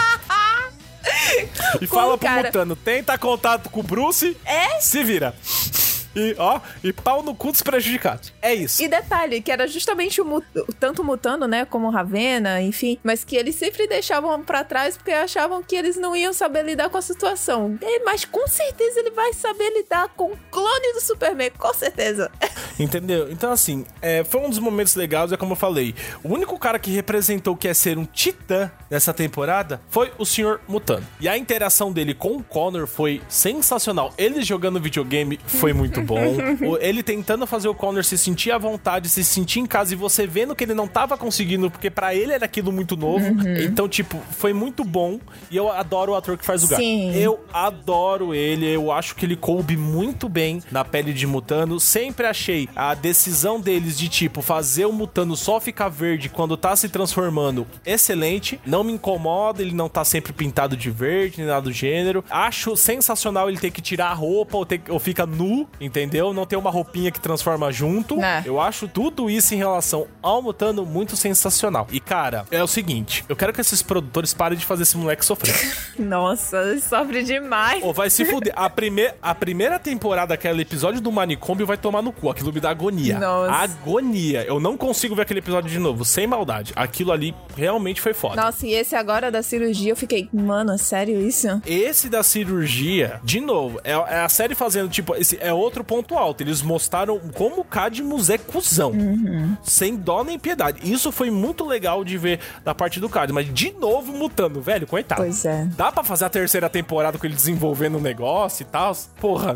E Com fala o pro cara. Mutano, tenta contato com o Bruce, É? se vira. E, ó, e pau no cu dos prejudicados. É isso. E detalhe, que era justamente o, Mu- tanto o Mutano, né, como o Ravenna, enfim, mas que eles sempre deixavam pra trás porque achavam que eles não iam saber lidar com a situação. E, mas com certeza ele vai saber lidar com o clone do Superman, com certeza. Entendeu? Então, assim, é, foi um dos momentos legais, é como eu falei. O único cara que representou que é ser um titã nessa temporada foi o senhor Mutano. E a interação dele com o Connor foi sensacional. Ele jogando videogame foi muito bom. O- ele tentando fazer o Connor se sentir à vontade, se sentir em casa, e você vendo que ele não tava conseguindo, porque pra ele era aquilo muito novo. Então, tipo, foi muito bom. E eu adoro o ator que faz o Gar. Sim. Eu adoro ele. Eu acho que ele coube muito bem na pele de Mutano. Sempre achei a decisão deles de, tipo, fazer o Mutano só ficar verde quando tá se transformando excelente. Não me incomoda ele não tá sempre pintado de verde, nem nada do gênero. Acho sensacional ele ter que tirar a roupa ou, ter, ou fica nu, entendeu? Não ter uma roupinha que transforma junto. É. Eu acho tudo isso em relação ao Mutano muito sensacional. E, cara, é o seguinte, eu quero que esses produtores parem de fazer esse moleque sofrer. Nossa, ele sofre demais. Ou vai se fuder. A, prime a primeira temporada, aquele episódio do manicômio, vai tomar no cu. Aquilo me dá agonia. Nossa. Agonia. Eu não consigo ver aquele episódio de novo, sem maldade. Aquilo ali realmente foi foda. Nossa, e esse agora da cirurgia, eu fiquei, mano, é sério isso? Esse da cirurgia, de novo, é, é a série fazendo, tipo, esse é outro ponto alto. Eles mostraram como o Cadmus é cuzão. Uhum. Sem dó nem piedade. Isso foi muito legal de ver da parte do Cadmus. Mas, de novo, mutando, velho, coitado. Pois é. Dá pra fazer a terceira temporada com ele desenvolvendo o negócio e tal? Porra.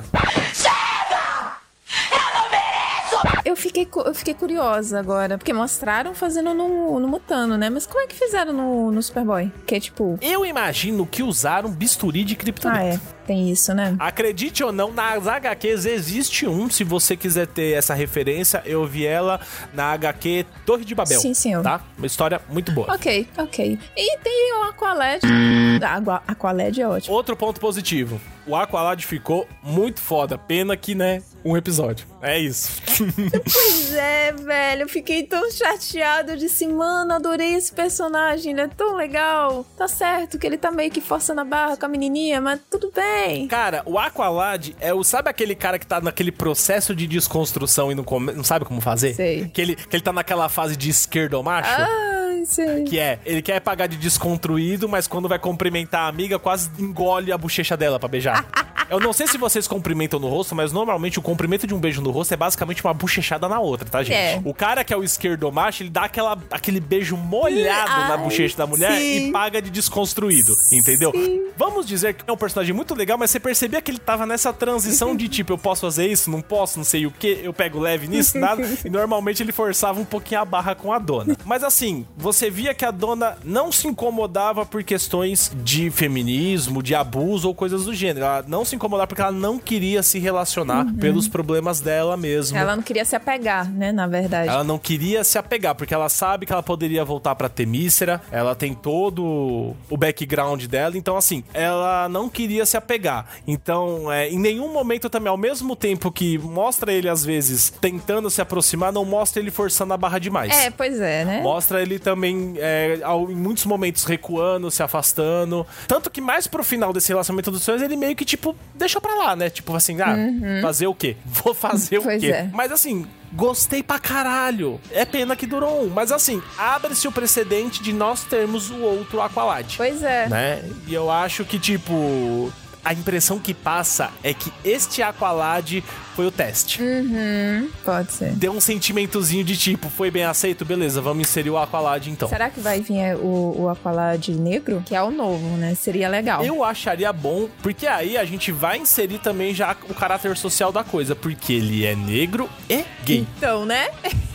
Eu fiquei, cu- eu fiquei curiosa agora, porque mostraram fazendo no, no Mutano, né? Mas como é que fizeram no, no Superboy? Que é tipo... Eu imagino que usaram bisturi de Ah, kryptonita. é. Tem isso, né? Acredite ou não, nas H Qs existe um. Se você quiser ter essa referência, eu vi ela na H Q Torre de Babel. Sim, senhor. Tá? Uma história muito boa. Ok, ok. E tem o Aqualad. A Aqua- Aqualad é ótimo. Outro ponto positivo. O Aqualad ficou muito foda. Pena que, né, um episódio. É isso. Pois é, velho. Eu fiquei tão chateado. Eu disse, mano, adorei esse personagem. Ele é tão legal. Tá certo que ele tá meio que forçando a barra com a menininha, mas tudo bem. Cara, o Aqualad é o... Sabe aquele cara que tá naquele processo de desconstrução e não, come, não sabe como fazer? Sei. Que ele, que ele tá naquela fase de esquerdomacho? Ai, sei. Que é, ele quer pagar de desconstruído, mas quando vai cumprimentar a amiga, quase engole a bochecha dela pra beijar. Eu não sei se vocês cumprimentam no rosto, mas normalmente o cumprimento de um beijo no rosto é basicamente uma bochechada na outra, tá, gente? É. O cara que é o esquerdomacho, ele dá aquela, aquele beijo molhado Ai, na bochecha da mulher sim. e paga de desconstruído, entendeu? Vamos dizer que é um personagem muito legal, mas você percebia que ele tava nessa transição de tipo, eu posso fazer isso, não posso, não sei o que, eu pego leve nisso, nada. E normalmente ele forçava um pouquinho a barra com a dona. Mas assim, você via que a dona não se incomodava por questões de feminismo, de abuso ou coisas do gênero. Ela não se incomodava porque ela não queria se relacionar pelos problemas dela mesmo. Ela não queria se apegar, né, na verdade. Ela não queria se apegar, porque ela sabe que ela poderia voltar pra Temícera, ela tem todo o background dela, então assim, ela não queria se apegar. Então, é, em nenhum momento também, ao mesmo tempo que mostra ele, às vezes, tentando se aproximar, não mostra ele forçando a barra demais. É, pois é, né? Mostra ele também, é, ao- em muitos momentos, recuando, se afastando. Tanto que mais pro final desse relacionamento dos sonhos, ele meio que, tipo, deixa pra lá, né? Tipo assim, ah, fazer o quê? Vou fazer o Pois quê? é. Mas assim, gostei pra caralho. É pena que durou um. Mas assim, abre-se o precedente de nós termos o outro Aqualad. Pois é. Né? E eu acho que, tipo... A impressão que passa é que este Aqualad foi o teste. Uhum, pode ser. Deu um sentimentozinho de tipo, foi bem aceito? Beleza, vamos inserir o Aqualad então. Será que vai vir o, o Aqualad negro? Que é o novo, né? Seria legal. Eu acharia bom, porque aí a gente vai inserir também já o caráter social da coisa, porque ele é negro e gay. Então, né?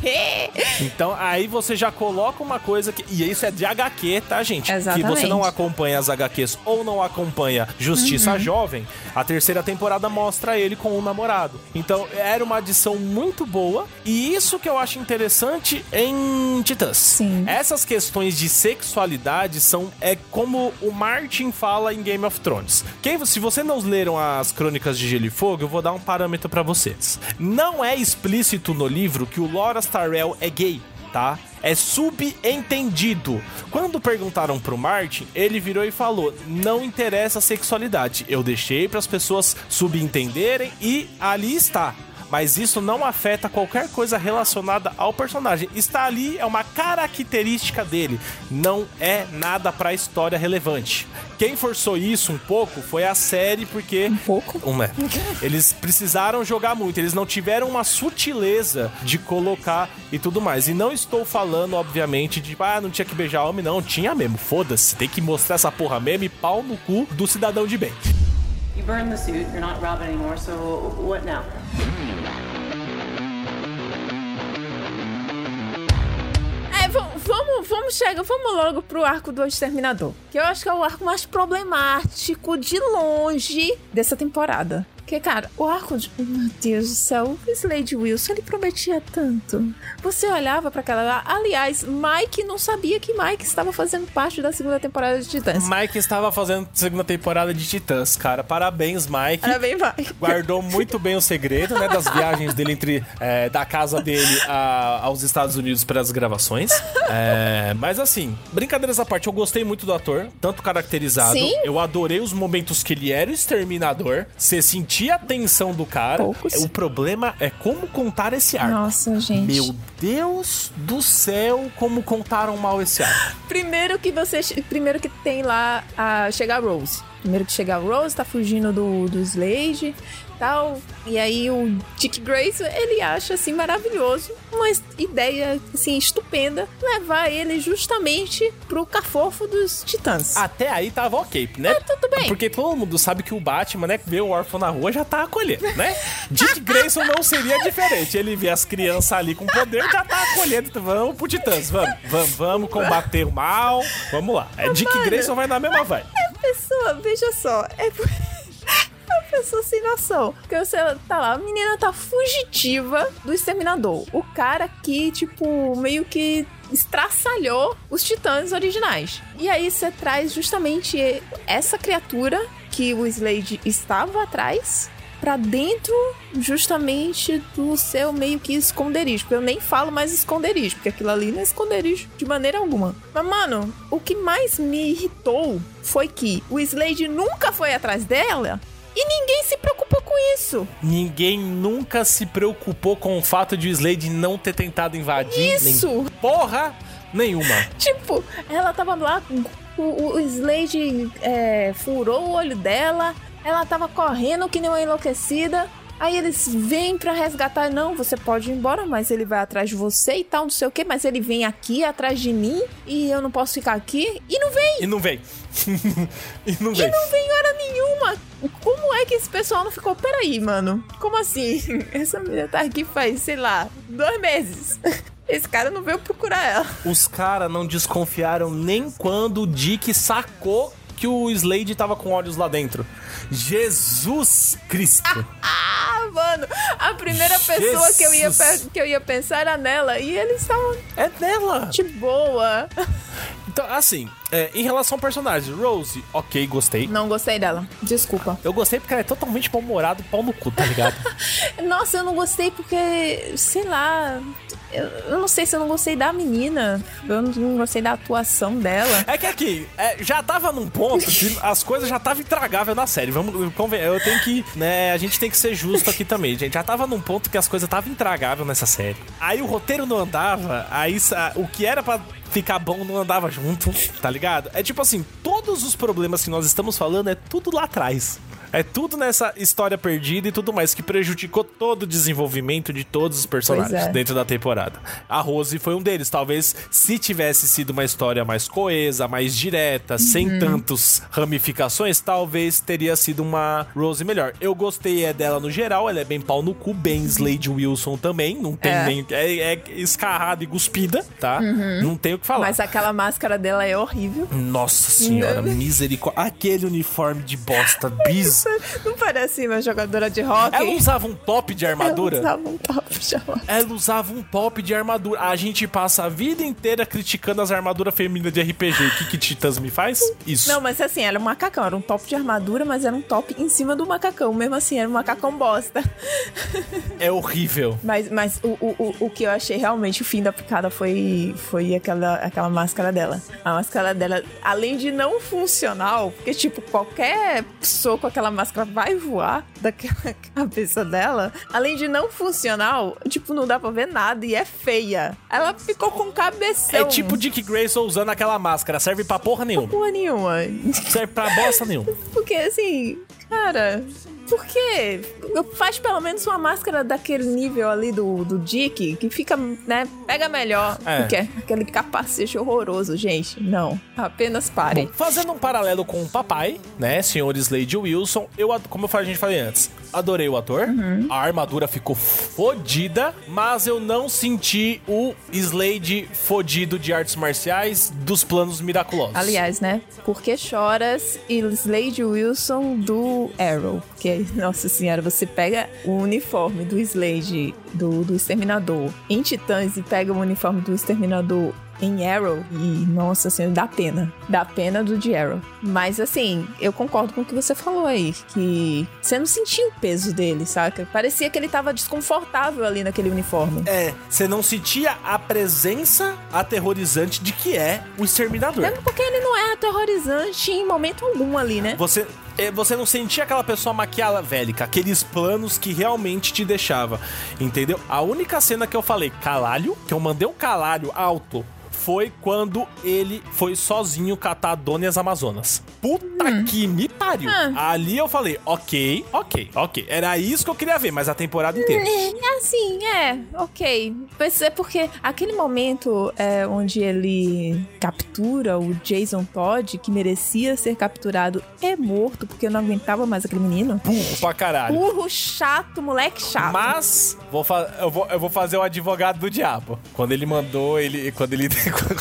Então aí você já coloca uma coisa que... E isso é de H Q, tá, gente? Exatamente. Que você não acompanha as H Qs ou não acompanha Justiça uhum. Jovem, a terceira temporada mostra ele com um namorado. Então era uma adição muito boa. E isso que eu acho interessante em Titãs. Sim. Essas questões de sexualidade são... É como o Martin fala em Game of Thrones. Quem, se vocês não leram as Crônicas de Gelo e Fogo, eu vou dar um parâmetro pra vocês. Não é explícito no livro que o Loras Tyrell é gay, tá? É subentendido. Quando perguntaram pro Martin, ele virou e falou: não interessa a sexualidade, eu deixei pras pessoas subentenderem e ali está. Mas isso não afeta qualquer coisa relacionada ao personagem. Está ali, é uma característica dele. Não é nada pra história relevante. Quem forçou isso um pouco foi a série, porque... Um pouco? Uma. Eles precisaram jogar muito. Eles não tiveram uma sutileza de colocar e tudo mais. E não estou falando, obviamente, de... Ah, não tinha que beijar homem. Não, tinha mesmo. Foda-se. Tem que mostrar essa porra mesmo e pau no cu do cidadão de bem. You burned the suit, you're not Robin anymore, so what now? É, vamos, vamos, vamos chegar, vamos logo pro arco do Exterminador, que eu acho que é o arco mais problemático de longe dessa temporada. Porque, cara, o arco de... Meu Deus do céu, o Slade Wilson, ele prometia tanto. Você olhava pra aquela... Aliás, Mike não sabia que Mike estava fazendo parte da segunda temporada de Titãs. Mike estava fazendo segunda temporada de Titãs, cara. Parabéns, Mike. Parabéns, Mike. Guardou muito bem o segredo, né, das viagens dele entre... É, da casa dele a, aos Estados Unidos para as gravações. É, mas, assim, brincadeiras à parte, eu gostei muito do ator, tanto caracterizado. Sim. Eu adorei os momentos que ele era o exterminador. Você sentia a tensão do cara. Poucos. O problema é como contar esse arco. Nossa, gente. Meu Deus do céu, como contaram mal esse arco. Primeiro que você... Primeiro que tem lá a... Chega a Rose. Primeiro que chega a Rose, tá fugindo do, do Slade... Tal, e aí o Dick Grayson, ele acha assim maravilhoso, uma ideia assim estupenda, levar ele justamente pro cafofo dos Titãs. Até aí tava ok, né? Ah, tudo bem. Porque todo mundo sabe que o Batman, né, vê o órfão na rua, já tá acolhendo, né? Dick Grayson não seria diferente. Ele vê as crianças ali com poder, já tá acolhendo. Vamos pro Titãs, vamos, vamos, vamos combater o mal, vamos lá. É, Dick Mano, Grayson vai na mesma vibe. É pessoa, veja só, é uma pessoa sem noção. Porque você tá lá, a menina tá fugitiva do Exterminador. O cara que, tipo, meio que estraçalhou os Titãs originais. E aí você traz justamente essa criatura que o Slade estava atrás pra dentro justamente do seu meio que esconderijo. Porque eu nem falo mais esconderijo, porque aquilo ali não é esconderijo de maneira alguma. Mas, mano, o que mais me irritou foi que o Slade nunca foi atrás dela e ninguém se preocupou com isso. Ninguém nunca se preocupou com o fato de o Slade não ter tentado invadir. Isso! Nem porra nenhuma. Tipo, ela tava lá, o, o Slade é, furou o olho dela, ela tava correndo que nem uma enlouquecida. Aí eles vêm pra resgatar. Não, você pode ir embora, mas ele vai atrás de você e tal, não sei o quê. Mas ele vem aqui atrás de mim e eu não posso ficar aqui. E não vem. E não vem. e não vem. E não vem hora nenhuma. Como é que esse pessoal não ficou? Peraí, mano. Como assim? Essa mulher tá aqui faz, sei lá, dois meses. Esse cara não veio procurar ela. Os caras não desconfiaram nem quando o Dick sacou que o Slade tava com olhos lá dentro. Jesus Cristo. Ah, mano, a primeira pessoa que eu, ia, que eu ia pensar era nela. E eles estavam... É dela. De boa. Então, assim, é, em relação ao personagem, Rose, ok, gostei. Não gostei dela, desculpa. Eu gostei porque ela é totalmente mal-humorada, pau no cu, tá ligado? Nossa, eu não gostei porque, sei lá... Eu, eu não sei se eu não gostei da menina. Eu não, não gostei da atuação dela. É que aqui, é, já tava num ponto que as coisas já estavam intragáveis na série. Vamos, eu tenho que, né, a gente tem que ser justo aqui também, gente. Já tava num ponto que as coisas estavam intragáveis nessa série. Aí o roteiro não andava, aí o que era pra ficar bom não andava junto, tá ligado? É tipo assim, todos os problemas que nós estamos falando é tudo lá atrás. É tudo nessa história perdida e tudo mais que prejudicou todo o desenvolvimento de todos os personagens é. dentro da temporada. A Rose foi um deles. Talvez se tivesse sido uma história mais coesa, mais direta, uhum. sem tantas ramificações, talvez teria sido uma Rose melhor. Eu gostei é dela no geral, ela é bem pau no cu, bem Slade Wilson também, não tem é. nem... É, é escarrada e cuspida, tá? Uhum. Não tem o que falar. Mas aquela máscara dela é horrível. Nossa senhora, misericórdia. Aquele uniforme de bosta, bis. Não parece uma jogadora de hockey? Ela usava um top de armadura? Ela usava um top de armadura. Ela usava um top de armadura. A gente passa a vida inteira criticando as armaduras femininas de R P G. O que que Titãs me faz? Isso. Não, mas assim, era um macacão. Era um top de armadura, mas era um top em cima do macacão. Mesmo assim, era um macacão bosta. É horrível. Mas, mas o, o, o que eu achei realmente o fim da picada foi, foi aquela, aquela máscara dela. A máscara dela, além de não funcional, porque tipo, qualquer pessoa com aquela máscara vai voar daquela cabeça dela, além de não funcional, tipo, não dá pra ver nada e é feia. Ela ficou com cabeção. É tipo Dick Grayson usando aquela máscara, serve pra porra nenhuma. Porra nenhuma. Serve pra bosta nenhuma. Porque assim, cara... Por quê? Faz pelo menos uma máscara daquele nível ali do, do Dick, que fica, né, pega melhor. É. Porque aquele capacete horroroso, gente. Não, apenas pare. Bom, fazendo um paralelo com o papai, né, senhor Slade Wilson, eu, como a gente falei antes, adorei o ator, uhum. a armadura ficou fodida, mas eu não senti o Slade fodido de artes marciais dos planos miraculosos. Aliás, né, Por que Choras e Slade Wilson do Arrow, porque nossa senhora, você pega o uniforme do Slade, do, do Exterminador em Titãs e pega o uniforme do Exterminador em Arrow e, nossa senhora, dá pena. Dá pena do de Arrow. Mas, assim, eu concordo com o que você falou aí, que você não sentia o peso dele, saca? Parecia que ele tava desconfortável ali naquele uniforme. É, você não sentia a presença aterrorizante de que é o Exterminador. Mesmo porque ele não é aterrorizante em momento algum ali, né? Você... Você não sentia aquela pessoa maquiavélica, aqueles planos que realmente te deixava, entendeu? A única cena que eu falei, caralho, que eu mandei um caralho alto, foi quando ele foi sozinho catar a Dona e as Amazonas. Puta hum. que me pariu. Hum. Ali eu falei, ok, ok, ok. Era isso que eu queria ver, mas a temporada inteira. É, assim, é, ok. Mas é porque aquele momento é, onde ele captura o Jason Todd, que merecia ser capturado e morto, porque eu não aguentava mais aquele menino. Burro pra caralho. Burro, chato, moleque chato. Mas, vou fa- eu, vou, eu vou fazer o advogado do diabo. Quando ele mandou, ele... Quando ele...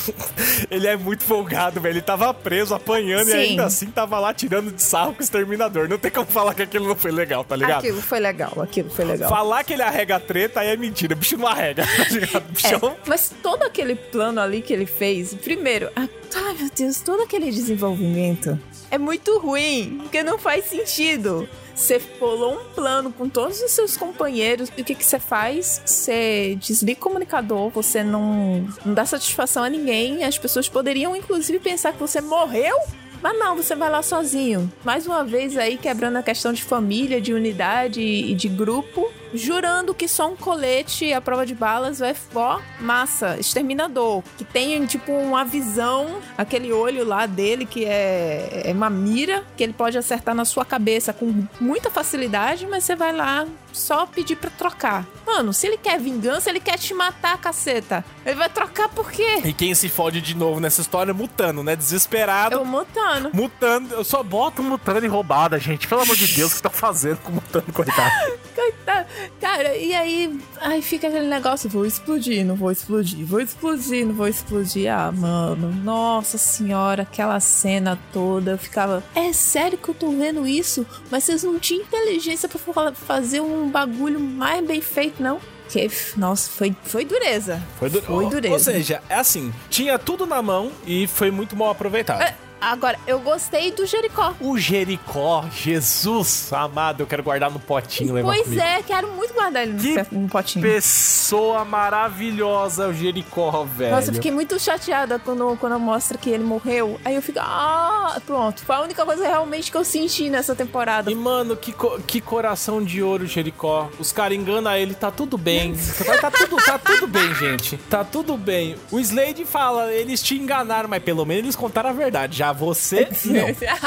Ele é muito folgado, velho. Ele tava preso, apanhando, Sim. e ainda assim tava lá tirando de sarro com o Exterminador. Não tem como falar que aquilo não foi legal, tá ligado? Aquilo foi legal, aquilo foi legal. Falar que ele arrega a treta aí é mentira. O bicho não arrega, tá ligado? O bichão... é, mas todo aquele plano ali que ele fez, primeiro, a... ai meu Deus, todo aquele desenvolvimento é muito ruim, porque não faz sentido. Você pulou um plano com todos os seus companheiros e o que que você faz? Você desliga o comunicador, você não, não dá satisfação a ninguém. As pessoas poderiam, inclusive, pensar que você morreu. Mas não, você vai lá sozinho. Mais uma vez aí quebrando a questão de família, de unidade e de grupo. Jurando que só um colete à prova de balas vai... Ó, massa, Exterminador. Que tem, tipo, uma visão, aquele olho lá dele que é, é uma mira, que ele pode acertar na sua cabeça com muita facilidade, mas você vai lá só pedir pra trocar. Mano, se ele quer vingança, ele quer te matar, caceta. Ele vai trocar por quê? E quem se fode de novo nessa história é Mutano, né? Desesperado. É o Mutano. Mutano. Eu só boto o Mutano em roubada, gente. Pelo amor de Deus, o que tá fazendo com o Mutano, coitado? Coitado. Cara, e aí, aí fica aquele negócio, vou explodir, não vou explodir, vou explodir, não vou explodir. Ah, mano, nossa senhora, aquela cena toda, eu ficava, é sério que eu tô vendo isso? Mas vocês não tinham inteligência pra fazer um bagulho mais bem feito, não? Que, nossa, foi, foi dureza. Foi, du- foi dureza. Ou seja, é assim, tinha tudo na mão e foi muito mal aproveitado. É. Agora, eu gostei do Jericó. O Jericó, Jesus amado, eu quero guardar no potinho. Pois comigo. é, quero muito guardar ele que no potinho. Pessoa maravilhosa, o Jericó, velho. Nossa, eu fiquei muito chateada quando, quando mostra que ele morreu. Aí eu fico, ah, pronto. Foi a única coisa realmente que eu senti nessa temporada. E, mano, que, co- que coração de ouro, Jericó. Os caras enganam ele, tá tudo bem. tá, tudo, tá tudo bem, gente. Tá tudo bem. O Slade fala, eles te enganaram, mas pelo menos eles contaram a verdade. Já Pra você, não.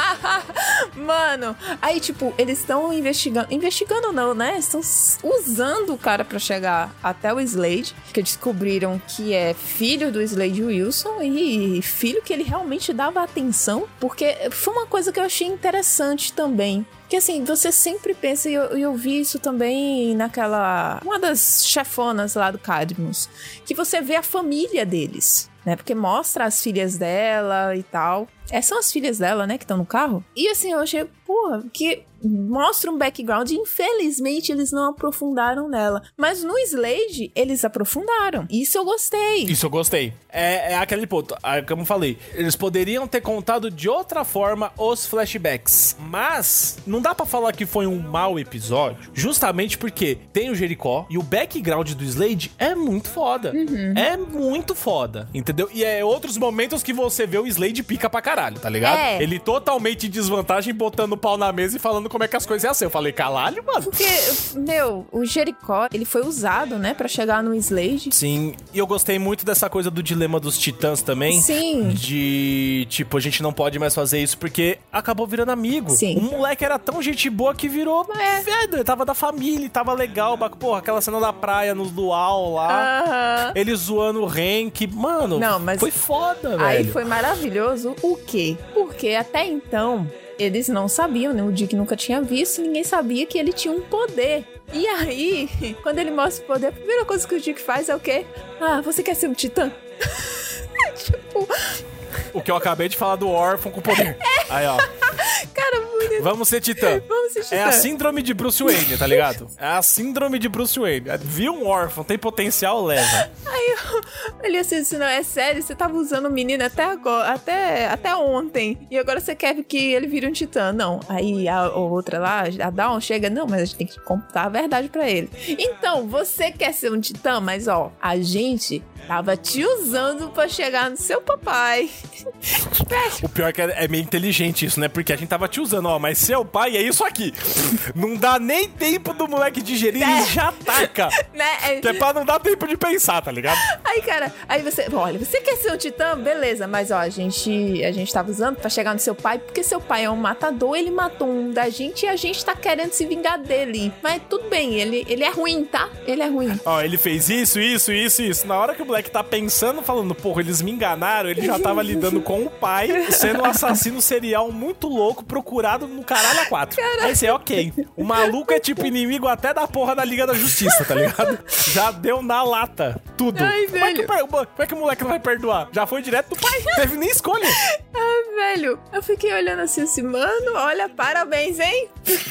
Mano, aí, tipo, eles estão investigando. Investigando não, né? Estão usando o cara pra chegar até o Slade, que descobriram que é filho do Slade Wilson e filho que ele realmente dava atenção, porque foi uma coisa que eu achei interessante também. Que assim, você sempre pensa, e eu, eu vi isso também naquela... Uma das chefonas lá do Cadmus, que você vê a família deles, né? Porque mostra as filhas dela e tal. Essas são as filhas dela, né? Que estão no carro. E assim, eu achei, porra, que mostra um background e infelizmente eles não aprofundaram nela. Mas no Slade, eles aprofundaram. Isso eu gostei. Isso eu gostei. É, é aquele ponto, como eu falei, eles poderiam ter contado de outra forma os flashbacks. Mas não dá pra falar que foi um mau episódio, justamente porque tem o Jericó e o background do Slade é muito foda. Uhum. É muito foda, entendeu? E é outros momentos que você vê o Slade pica pra caralho, tá ligado? É. Ele totalmente em desvantagem, botando o pau na mesa e falando como é que as coisas iam ser. Eu falei, caralho, mano. Porque, meu, o Jericó, ele foi usado, né, pra chegar no Slade. Sim, e eu gostei muito dessa coisa do dilema dos titãs também. Sim. De, tipo, a gente não pode mais fazer isso porque acabou virando amigo. Sim. O moleque era tão gente boa que virou, é. velho, ele tava da família, tava legal. Porra, aquela cena da praia, nos luau lá. Uh-huh. Ele zoando o Hank, mano, não, mas foi foda, velho. Aí foi maravilhoso. O quê? Porque até então... Eles não sabiam, né? O Dick nunca tinha visto, ninguém sabia que ele tinha um poder. E aí, quando ele mostra o poder, a primeira coisa que o Dick faz é o quê? Ah, você quer ser um titã? Tipo... O que eu acabei de falar do órfão com poder. É. Aí, ó. Cara, muito... Vamos ser titã. Vamos ser titã. É a síndrome de Bruce Wayne, tá ligado? É a síndrome de Bruce Wayne. Viu um órfão, tem potencial, leva. Aí eu, ele assim, disse, não, é sério, você tava usando o menino até agora, até, até ontem, e agora você quer que ele vire um titã. Não. Aí a, a outra lá, a Dawn, chega, não, mas a gente tem que contar a verdade pra ele. Então, você quer ser um titã, mas ó, a gente... tava te usando pra chegar no seu papai. O pior é que é meio inteligente isso, né? Porque a gente tava te usando, ó, mas seu pai é isso aqui. Não dá nem tempo do moleque digerir, é. Ele já ataca. Né? Que é pra não dar tempo de pensar, tá ligado? Aí, cara, aí você... Olha, você quer ser um titã? Beleza, mas ó, a gente, a gente tava usando pra chegar no seu pai, porque seu pai é um matador, ele matou um da gente e a gente tá querendo se vingar dele. Mas tudo bem, ele, ele é ruim, tá? Ele é ruim. Ó, ele fez isso, isso, isso, isso. Na hora que o moleque tá pensando, falando, porra, eles me enganaram, ele já tava lidando com o pai, sendo um assassino serial muito louco, procurado no caralho a quatro. Caraca. Aí você, ok. O maluco é tipo inimigo até da porra da Liga da Justiça, tá ligado? Já deu na lata, tudo. Ai, como, é que, como é que o moleque não vai perdoar? Já foi direto do pai, não teve nem escolha. Ah, velho, eu fiquei olhando assim, assim, mano, olha, parabéns, hein?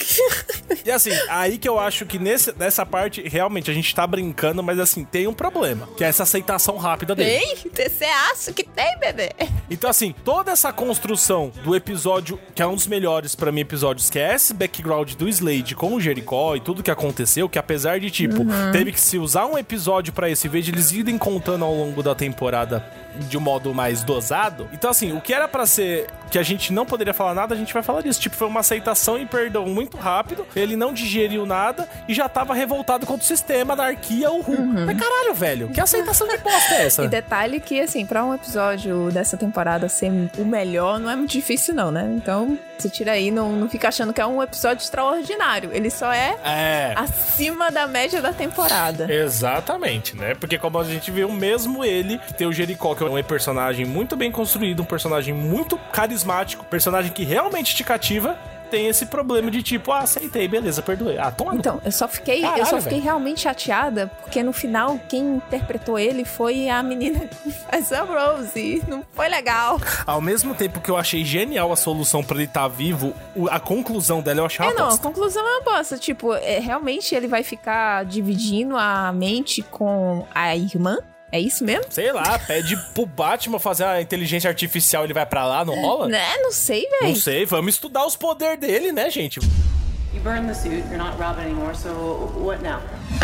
E assim, aí que eu acho que nesse, nessa parte, realmente, a gente tá brincando, mas assim, tem um problema, que é essa aceitação rápida dele. Tem? Você acha que tem, bebê? Então assim, toda essa construção do episódio, que é um dos melhores pra mim episódios, que é esse background do Slade com o Jericó e tudo que aconteceu, que apesar de, tipo, uhum. teve que se usar um episódio pra esse, em vez de eles irem contando ao longo da temporada de um modo mais dosado. Então assim, o que era pra ser que a gente não poderia falar nada, a gente vai falar disso. Tipo, foi uma aceitação e perdão muito rápido, ele não digeriu nada e já tava revoltado contra o sistema, anarquia, uhul. Uhum. Mas caralho, velho, que aceitação de bosta é essa? E detalhe que, assim, pra um episódio dessa temporada ser o melhor, não é muito difícil não, né? Então, você tira aí, não, não fica achando que é um episódio extraordinário. Ele só é, é acima da média da temporada. Exatamente, né? Porque como a gente viu, mesmo ele, que tem o Jericó, que é um personagem muito bem construído, um personagem muito carismático, personagem que realmente te cativa, tem esse problema de tipo, ah, aceitei, beleza, perdoei. Ah, toma. Então, eu só fiquei, Caralho, eu só fiquei véio. realmente chateada, porque no final, quem interpretou ele foi a menina que faz a Rose. Não foi legal. Ao mesmo tempo que eu achei genial a solução pra ele estar tá vivo, a conclusão dela eu achei uma é, bosta. Não, a conclusão é uma bosta. Tipo, é, realmente ele vai ficar dividindo a mente com a irmã? É isso mesmo? Sei lá, pede pro Batman fazer a inteligência artificial, ele vai pra lá, não rola? Né? Não sei, velho. Não sei, vamos estudar os poderes dele, né, gente? You burned the suit, you're not Robin anymore, so what now?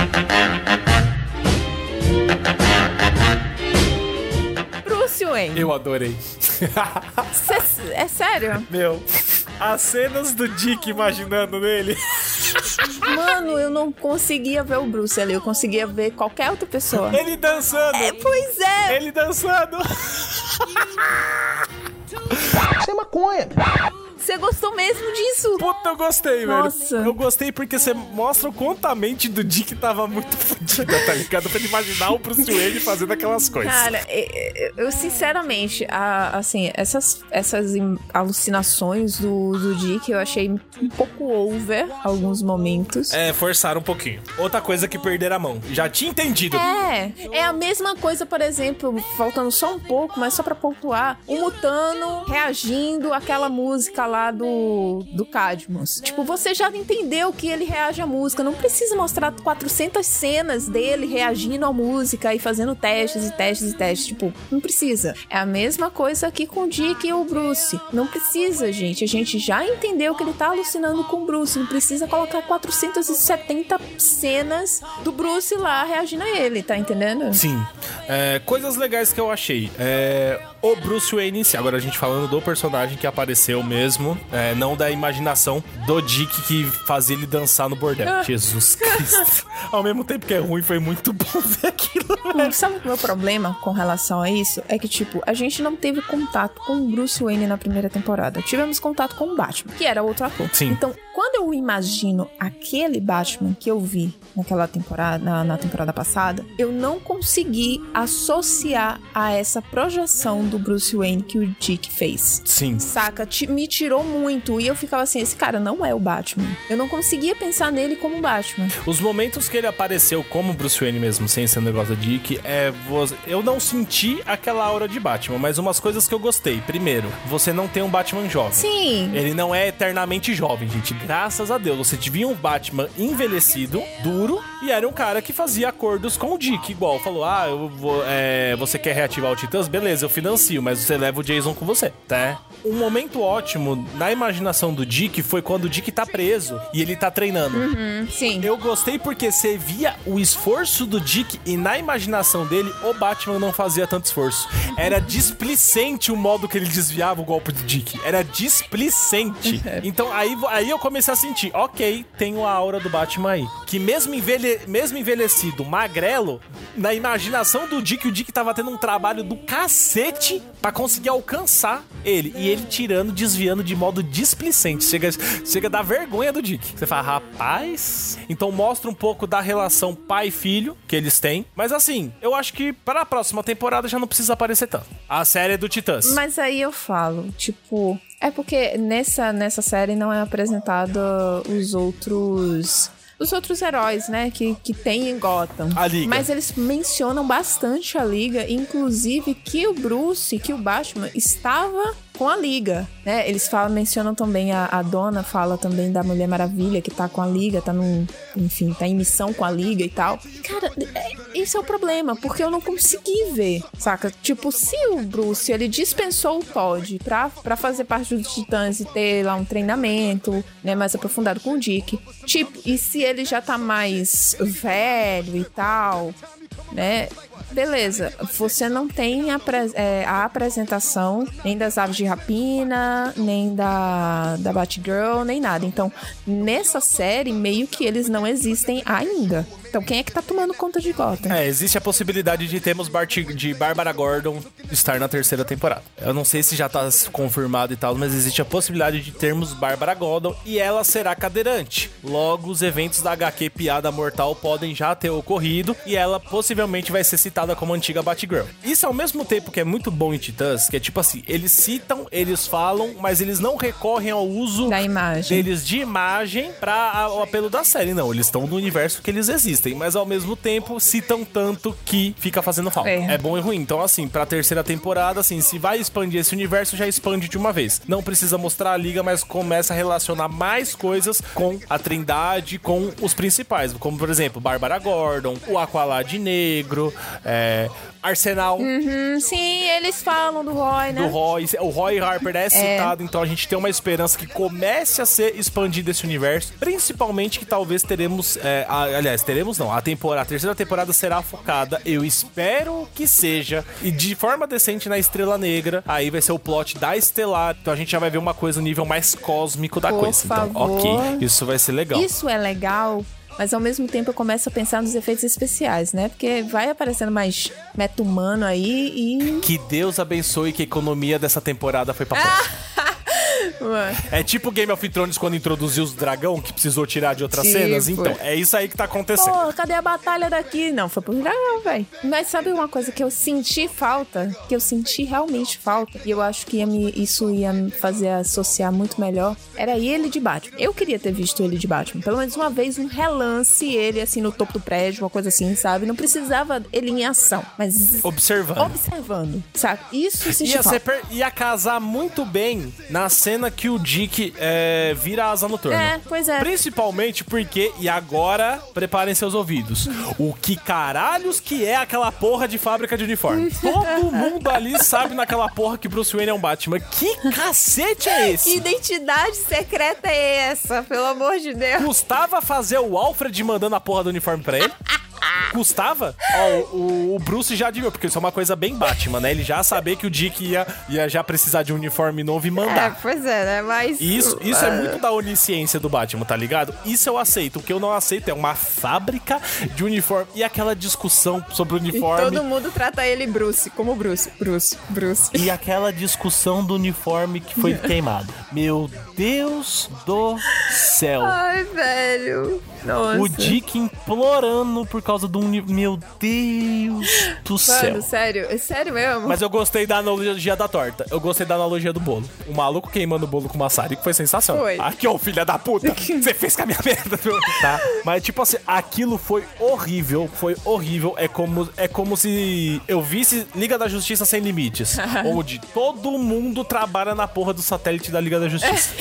Bruce Wayne. Eu adorei. Cê, é sério? Meu, as cenas do Dick imaginando nele... Mano, eu não conseguia ver o Bruce ali, eu conseguia ver qualquer outra pessoa. Ele dançando. É, pois é. Ele dançando. Isso é uma maconha. Você gostou mesmo disso? Puta, eu gostei, Nossa. velho. Eu gostei porque você mostra o quanto a mente do Dick tava muito fodida, tá ligado? Pra ele imaginar o Bruce Wayne fazendo aquelas coisas. Cara, eu, eu sinceramente, a, assim, essas, essas alucinações do, do Dick eu achei um pouco over alguns momentos. É, forçaram um pouquinho. Outra coisa que perderam a mão. Já tinha entendido. É, é a mesma coisa, por exemplo, faltando só um pouco, mas só pra pontuar, o Mutano reagindo àquela música lá do, do Cadmus. Tipo, você já entendeu que ele reage à música, não precisa mostrar quatrocentas cenas dele reagindo à música e fazendo testes e testes e testes, tipo, não precisa. É a mesma coisa aqui com o Dick e o Bruce. Não precisa, gente, a gente já entendeu que ele tá alucinando com o Bruce, não precisa colocar quatrocentas e setenta cenas do Bruce lá reagindo a ele, tá entendendo? Sim. É, coisas legais que eu achei. É, o Bruce Wayne em si. Agora a gente falando do personagem que apareceu mesmo, é, não da imaginação do Dick que fazia ele dançar no bordel. Ah. Jesus Cristo. Ao mesmo tempo que é ruim, foi muito bom ver aquilo. Hum, sabe o meu problema com relação a isso? É que, tipo, a gente não teve contato com o Bruce Wayne na primeira temporada. Tivemos contato com o Batman, que era outro ator. Sim. Então, quando eu imagino aquele Batman que eu vi naquela temporada, na, na temporada passada, eu não consegui associar a essa projeção do Bruce Wayne que o Dick fez. Sim. Saca? T- me tirou muito. E eu ficava assim, esse cara não é o Batman. Eu não conseguia pensar nele como Batman. Os momentos que ele apareceu como Bruce Wayne mesmo, sem ser um negócio da Dick, é, eu não senti aquela aura de Batman, mas umas coisas que eu gostei. Primeiro, você não tem um Batman jovem. Sim. Ele não é eternamente jovem, gente. Graças a Deus. Você via um Batman envelhecido, duro, e era um cara que fazia acordos com o Dick. Igual, falou, ah, eu vou, é, você quer reativar o Titãs? Beleza, eu financio, mas você leva o Jason com você, tá? Um momento ótimo na imaginação do Dick foi quando o Dick tá preso e ele tá treinando. Uhum, sim. Eu gostei porque você via o esforço do Dick e na imaginação dele, o Batman não fazia tanto esforço. Era displicente o modo que ele desviava o golpe do Dick. Era displicente. Então aí, aí eu comecei a sentir, ok, tem a aura do Batman aí. Que mesmo, envelhe, mesmo envelhecido, magrelo, na imaginação do Dick, o Dick tava tendo um trabalho do cacete pra conseguir alcançar ele. E ele tirando, desviando de modo displicente. Chega, chega a dar vergonha do Dick. Você fala, rapaz... Então mostra um pouco da relação pai e filho que eles têm. Mas assim, eu acho que para a próxima temporada já não precisa aparecer tanto. A série é do Titãs. Mas aí eu falo, tipo... É porque nessa, nessa série não é apresentado os outros... Os outros heróis, né, que, que tem em Gotham. A Liga. Mas eles mencionam bastante a Liga, inclusive que o Bruce, que o Batman estava com a Liga, né? Eles falam, mencionam também, a, a Dona fala também da Mulher Maravilha, que tá com a Liga, tá num, enfim, tá em missão com a Liga e tal. Cara, é, esse é o problema, porque eu não consegui ver, saca? Tipo, se o Bruce, ele dispensou o Todd pra, pra fazer parte dos Titãs e ter lá um treinamento, né, mais aprofundado com o Dick, tipo, e se ele já tá mais velho e tal, né? Beleza, você não tem a, pre- é, a apresentação nem das aves de rapina, nem da, da Batgirl, nem nada. Então, nessa série, meio que eles não existem ainda. Então, quem é que tá tomando conta de Gotham? É, existe a possibilidade de termos Bart, de Bárbara Gordon estar na terceira temporada. Eu não sei se já tá confirmado e tal, mas existe a possibilidade de termos Bárbara Gordon e ela será cadeirante. Logo, os eventos da agá quê Piada Mortal podem já ter ocorrido e ela possivelmente vai ser citada como antiga Batgirl. Isso ao mesmo tempo que é muito bom em Titãs, que é tipo assim, eles citam, eles falam, mas eles não recorrem ao uso da imagem deles de imagem para o apelo da série. Não, eles estão no universo que eles existem. Mas ao mesmo tempo citam tanto que fica fazendo falta. É, é bom e ruim. Então, assim, pra terceira temporada, assim, se vai expandir esse universo, já expande de uma vez. Não precisa mostrar a Liga, mas começa a relacionar mais coisas com a Trindade, com os principais. Como, por exemplo, Bárbara Gordon, o Aqualad Negro, é, Arsenal. Uhum, sim, eles falam do Roy, né? Do Roy. O Roy Harper é citado, é. Então a gente tem uma esperança que comece a ser expandido esse universo. Principalmente que talvez teremos... É, a, aliás, teremos não. A, temporada, a terceira temporada será focada, eu espero que seja, e de forma decente na Estrela Negra. Aí vai ser o plot da Estelar. Então a gente já vai ver uma coisa no nível mais cósmico da Por coisa. favor. Então, ok. Isso vai ser legal. Isso é legal... Mas ao mesmo tempo eu começo a pensar nos efeitos especiais, né? Porque vai aparecendo mais meta humano aí e... Que Deus abençoe que a economia dessa temporada foi pra fora. Ué. É tipo Game of Thrones quando introduziu os dragão que precisou tirar de outras Sim, cenas. foi. Então, é isso aí que tá acontecendo. Pô, cadê a batalha daqui? Não, foi pro dragão, velho. Mas sabe uma coisa que eu senti falta? Que eu senti realmente falta? E eu acho que ia me, isso ia me fazer associar muito melhor. Era ele de Batman. Eu queria ter visto ele de Batman. Pelo menos uma vez, um relance, ele assim no topo do prédio, uma coisa assim, sabe? Não precisava ele em ação, mas... Observando. Observando, sabe? Isso eu senti Ia, falta. ser per... ia casar muito bem na cena que o Dick é, vira a asa noturna. É, pois é. Principalmente porque, e agora, preparem seus ouvidos, o que caralhos que é aquela porra de fábrica de uniforme? Todo mundo ali sabe naquela porra que Bruce Wayne é um Batman. Que cacete é esse? Que identidade secreta é essa, pelo amor de Deus? Custava fazer o Alfred mandando a porra do uniforme pra ele? Custava? Ó, o, o Bruce já adivinhou, porque isso é uma coisa bem Batman, né? Ele já sabia que o Dick ia, ia já precisar de um uniforme novo e mandar. É, pois é, né? Mas... E isso, isso é muito da onisciência do Batman, tá ligado? Isso eu aceito. O que eu não aceito é uma fábrica de uniforme e aquela discussão sobre o uniforme. E todo mundo trata ele Bruce, como Bruce. Bruce, Bruce. E aquela discussão do uniforme que foi queimado. Meu Deus do céu. Ai, velho. Nossa. O Dick implorando por causa do uniforme. Meu Deus do céu. Mano, sério, é sério mesmo? Mas eu gostei da analogia da torta. Eu gostei da analogia do bolo. O maluco queimando o bolo com maçarico que foi sensacional. Foi. Aqui, ó, filha da puta. Você fez com a minha merda. Tá? Mas, tipo assim, aquilo foi horrível. Foi horrível. É como, é como se eu visse Liga da Justiça Sem Limites. Onde todo mundo trabalha na porra do satélite da Liga da Justiça.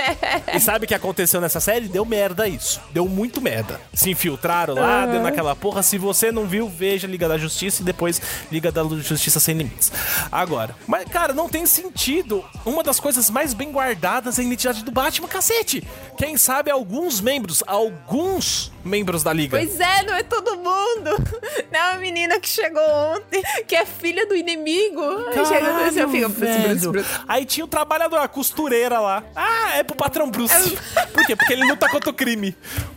E sabe o que aconteceu nessa série? Deu merda isso. Deu muito merda. Se infiltraram lá, uhum. dentro daquela porra. Se você não viu, veja Liga da Justiça e depois Liga da Justiça Sem Limites. Agora. Mas, cara, não tem sentido. Uma das coisas mais bem guardadas é a identidade do Batman, cacete. Quem sabe alguns membros, alguns membros da Liga. Pois é, não é todo mundo. Não é uma menina que chegou ontem, que é filha do inimigo. Caralho, chega Bruce, eu fico, Bruce, Bruce, Bruce. Aí tinha o trabalhador, a costureira lá. Ah, é pro patrão Bruce. É... Por quê? Porque ele luta contra o crime.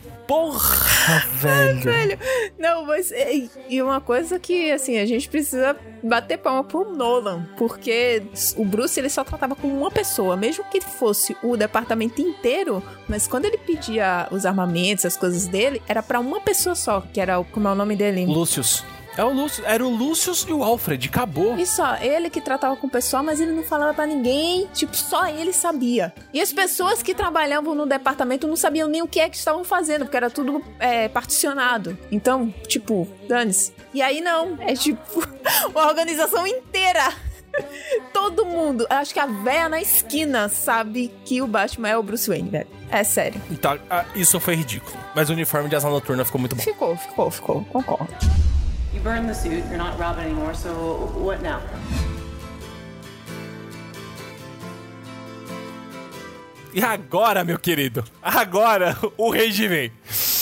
Porra, velho. Ah, velho. Não, mas... E uma coisa que, assim, a gente precisa bater palma pro Nolan. Porque o Bruce, ele só tratava com uma pessoa. Mesmo que fosse o departamento inteiro. Mas quando ele pedia os armamentos, as coisas dele, era pra uma pessoa só. Que era, como é o nome dele? Lucius. É o Lúcio, era o Lúcius e o Alfred, acabou. E só, ele que tratava com o pessoal, mas ele não falava pra ninguém, tipo, só ele sabia. E as pessoas que trabalhavam no departamento não sabiam nem o que é que estavam fazendo, porque era tudo é, particionado. Então, tipo, dane-se. E aí não, é tipo, uma organização inteira. Todo mundo, acho que a véia na esquina sabe que o Batman é o Bruce Wayne, velho. É sério. Então, isso foi ridículo. Mas o uniforme de Asa Noturna ficou muito bom. Ficou, ficou, ficou, concordo. You burned the suit, you're not Robin anymore, so what now? E agora, meu querido? Agora o rage vem.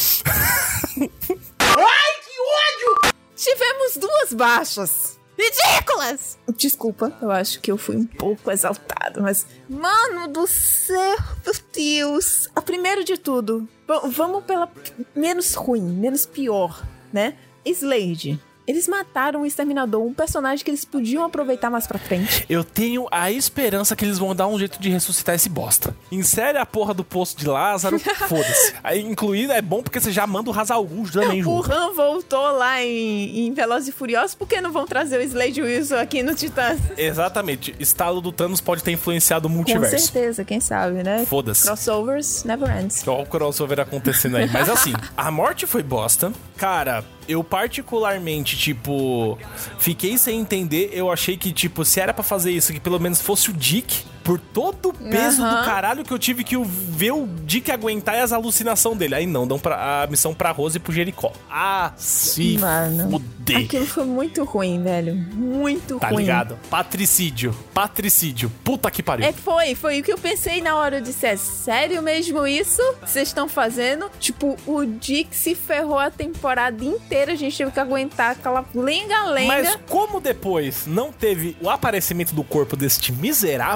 Ai, que ódio! Tivemos duas baixas. Ridículas! Desculpa, eu acho que eu fui um pouco exaltado, mas... Mano do céu, meu Deus! A primeiro de tudo, v- vamos pela menos ruim, menos pior, né? Slade. Eles mataram o Exterminador, um personagem que eles podiam aproveitar mais pra frente. Eu tenho a esperança que eles vão dar um jeito de ressuscitar esse bosta. Insere a porra do poço de Lázaro, foda-se. Aí, incluído, é bom porque você já manda o Hazal Ghul também junto. O Han voltou lá em, em Velozes e Furiosos, por que não vão trazer o Slade Wilson aqui no Titãs? Exatamente. Estalo do Thanos pode ter influenciado o multiverso. Com certeza, quem sabe, né? Foda-se. Crossovers never ends. Olha o crossover acontecendo aí. Mas assim, a morte foi bosta. Cara, eu particularmente, tipo, fiquei sem entender. Eu achei que, tipo, se era pra fazer isso, que pelo menos fosse o Dick, por todo o peso Uhum. do caralho que eu tive que ver o Dick aguentar e as alucinações dele. Aí não, dão pra, a missão pra Rose e pro Jericó. Ah, se Mano, fuder. aquilo foi muito ruim, velho. Muito Tá ruim. ligado? Patricídio. Patricídio. Puta que pariu. É, foi, foi o que eu pensei na hora. Eu disse, é sério mesmo isso? Vocês estão fazendo? Tipo, o Dick se ferrou a temporada inteira, a gente teve que aguentar aquela lenga-lenga. Mas como depois não teve o aparecimento do corpo deste miserável... Hum,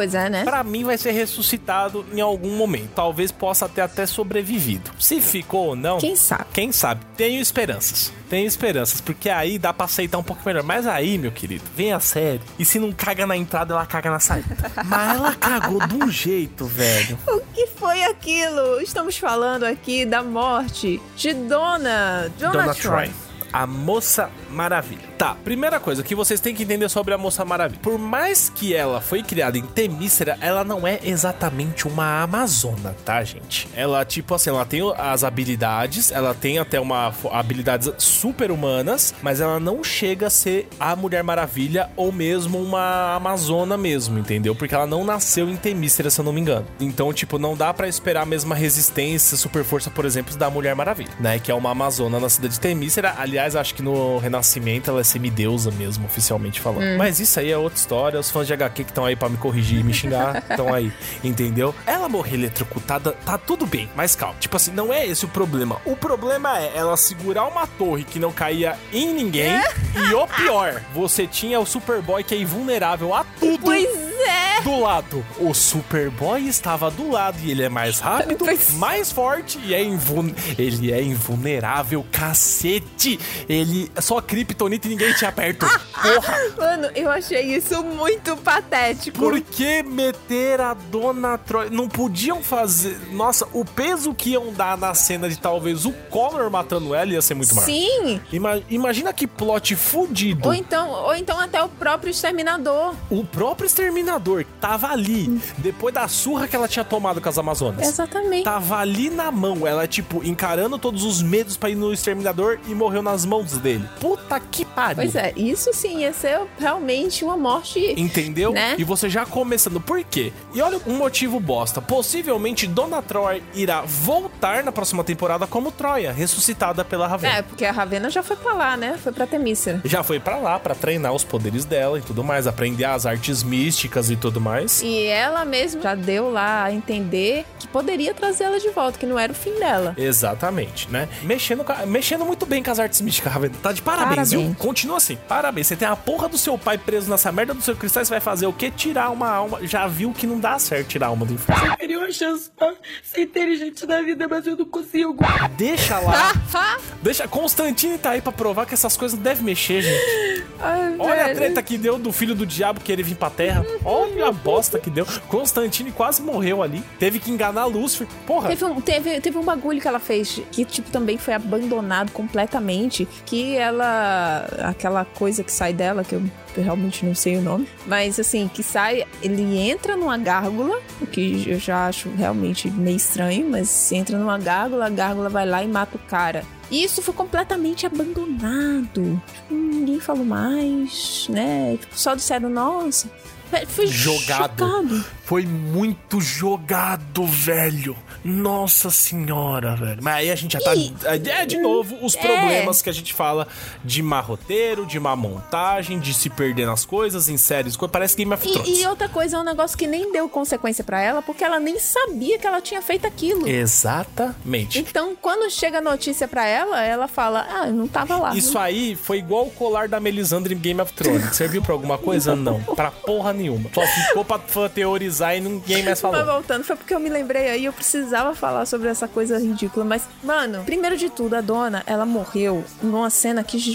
pois é, né? Pra mim vai ser ressuscitado em algum momento. Talvez possa ter até sobrevivido. Se ficou ou não... Quem sabe? Quem sabe? Tenho esperanças. Tenho esperanças, porque aí dá pra aceitar um pouco melhor. Mas aí, meu querido, vem a série. E se não caga na entrada, ela caga na saída. Mas ela cagou de um jeito, velho. O que foi aquilo? Estamos falando aqui da morte de Donna... Donna, Donna Troy. Troy. A Moça Maravilha. Tá, primeira coisa que vocês têm que entender sobre a Moça Maravilha. Por mais que ela foi criada em Temícera, ela não é exatamente uma amazona, tá, gente? Ela, tipo assim, ela tem as habilidades, ela tem até uma habilidades super-humanas, mas ela não chega a ser a Mulher Maravilha ou mesmo uma amazona mesmo, entendeu? Porque ela não nasceu em Temícera, se eu não me engano. Então, tipo, não dá pra esperar a mesma resistência, super força, por exemplo, da Mulher Maravilha, né? Que é uma amazona na cidade de Temícera. Aliás, acho que no Renascimento ela é semideusa mesmo, oficialmente falando. Hum. Mas isso aí é outra história. Os fãs de H Q que estão aí pra me corrigir e me xingar estão aí, entendeu? Ela morrer eletrocutada, tá tudo bem, mas calma. Tipo assim, não é esse o problema. O problema é ela segurar uma torre que não caía em ninguém. E o pior, você tinha o Superboy que é invulnerável a tudo. Pois é. Do lado. O Superboy estava do lado e ele é mais rápido, pois... mais forte e é invul... ele é invulnerável, cacete. Ele só kryptonita e ninguém tinha perto. Porra. Mano, eu achei isso muito patético. Por que meter a Donna Troy? Não podiam fazer... Nossa, o peso que iam dar na cena de talvez o Connor matando ela ia ser muito maior. Sim. Ima... Imagina que plot fudido. Ou então, ou então até o próprio Exterminador. O próprio Exterminador tava ali, hum. depois da surra que ela tinha tomado com as Amazonas. Exatamente. Tava ali na mão, ela, tipo, encarando todos os medos pra ir no Exterminador e morreu nas mãos dele. Puta que pariu. Pois é, isso sim ia ser realmente uma morte... Entendeu? Né? E você já começando, por quê? E olha um motivo bosta. Possivelmente Donna Troy irá voltar na próxima temporada como Troia, ressuscitada pela Ravena. É, porque a Ravena já foi pra lá, né? Foi pra Temícera. Já foi pra lá, pra treinar os poderes dela e tudo mais, aprender as artes místicas e tudo mais. E ela mesma já deu lá a entender que poderia trazer ela de volta, que não era o fim dela. Exatamente, né? Mexendo, mexendo muito bem com as artes místicas, Ravena. Tá de parabéns, parabéns, viu? Continua assim, parabéns. Você tem a porra do seu pai preso nessa merda do seu cristal, você vai fazer o quê? Tirar uma alma. Já viu que não dá certo tirar a alma do inferno. Eu queria uma chance pra ser inteligente na vida, mas eu não consigo. Deixa lá. Deixa. Constantine tá aí pra provar que essas coisas não devem mexer, gente. Ai, olha velho. a treta que deu do filho do diabo querer vir pra terra. Olha a bosta que deu. Constantine quase morreu ali. Teve que enganar Lúcifer. Porra. Teve um, teve, teve um bagulho que ela fez que, tipo, também foi abandonado completamente. Que ela... Aquela coisa que sai dela, que eu realmente não sei o nome. Mas, assim, que sai... Ele entra numa gárgula, o que eu já acho realmente meio estranho. Mas entra numa gárgula, a gárgula vai lá e mata o cara. E isso foi completamente abandonado. Tipo, ninguém falou mais, né? Tipo, só disseram, nossa... Foi jogado. Chocado. Foi muito jogado, velho. Nossa senhora, velho. Mas aí a gente já tá... E... É, de novo, os problemas é. que a gente fala de má roteiro, de má montagem, de se perder nas coisas, em séries. Parece Game of Thrones. E, e outra coisa, é um negócio que nem deu consequência pra ela, porque ela nem sabia que ela tinha feito aquilo. Exatamente. Então, quando chega a notícia pra ela, ela fala, ah, eu não tava lá. Isso aí foi igual o colar da Melisandre em Game of Thrones. Serviu pra alguma coisa? Não. Pra porra nenhuma. Só ficou pra teorizar e ninguém mais falou. Mas voltando, foi porque eu me lembrei aí, eu precisava falar sobre essa coisa ridícula. Mas, mano, primeiro de tudo, a Donna, ela morreu numa cena que...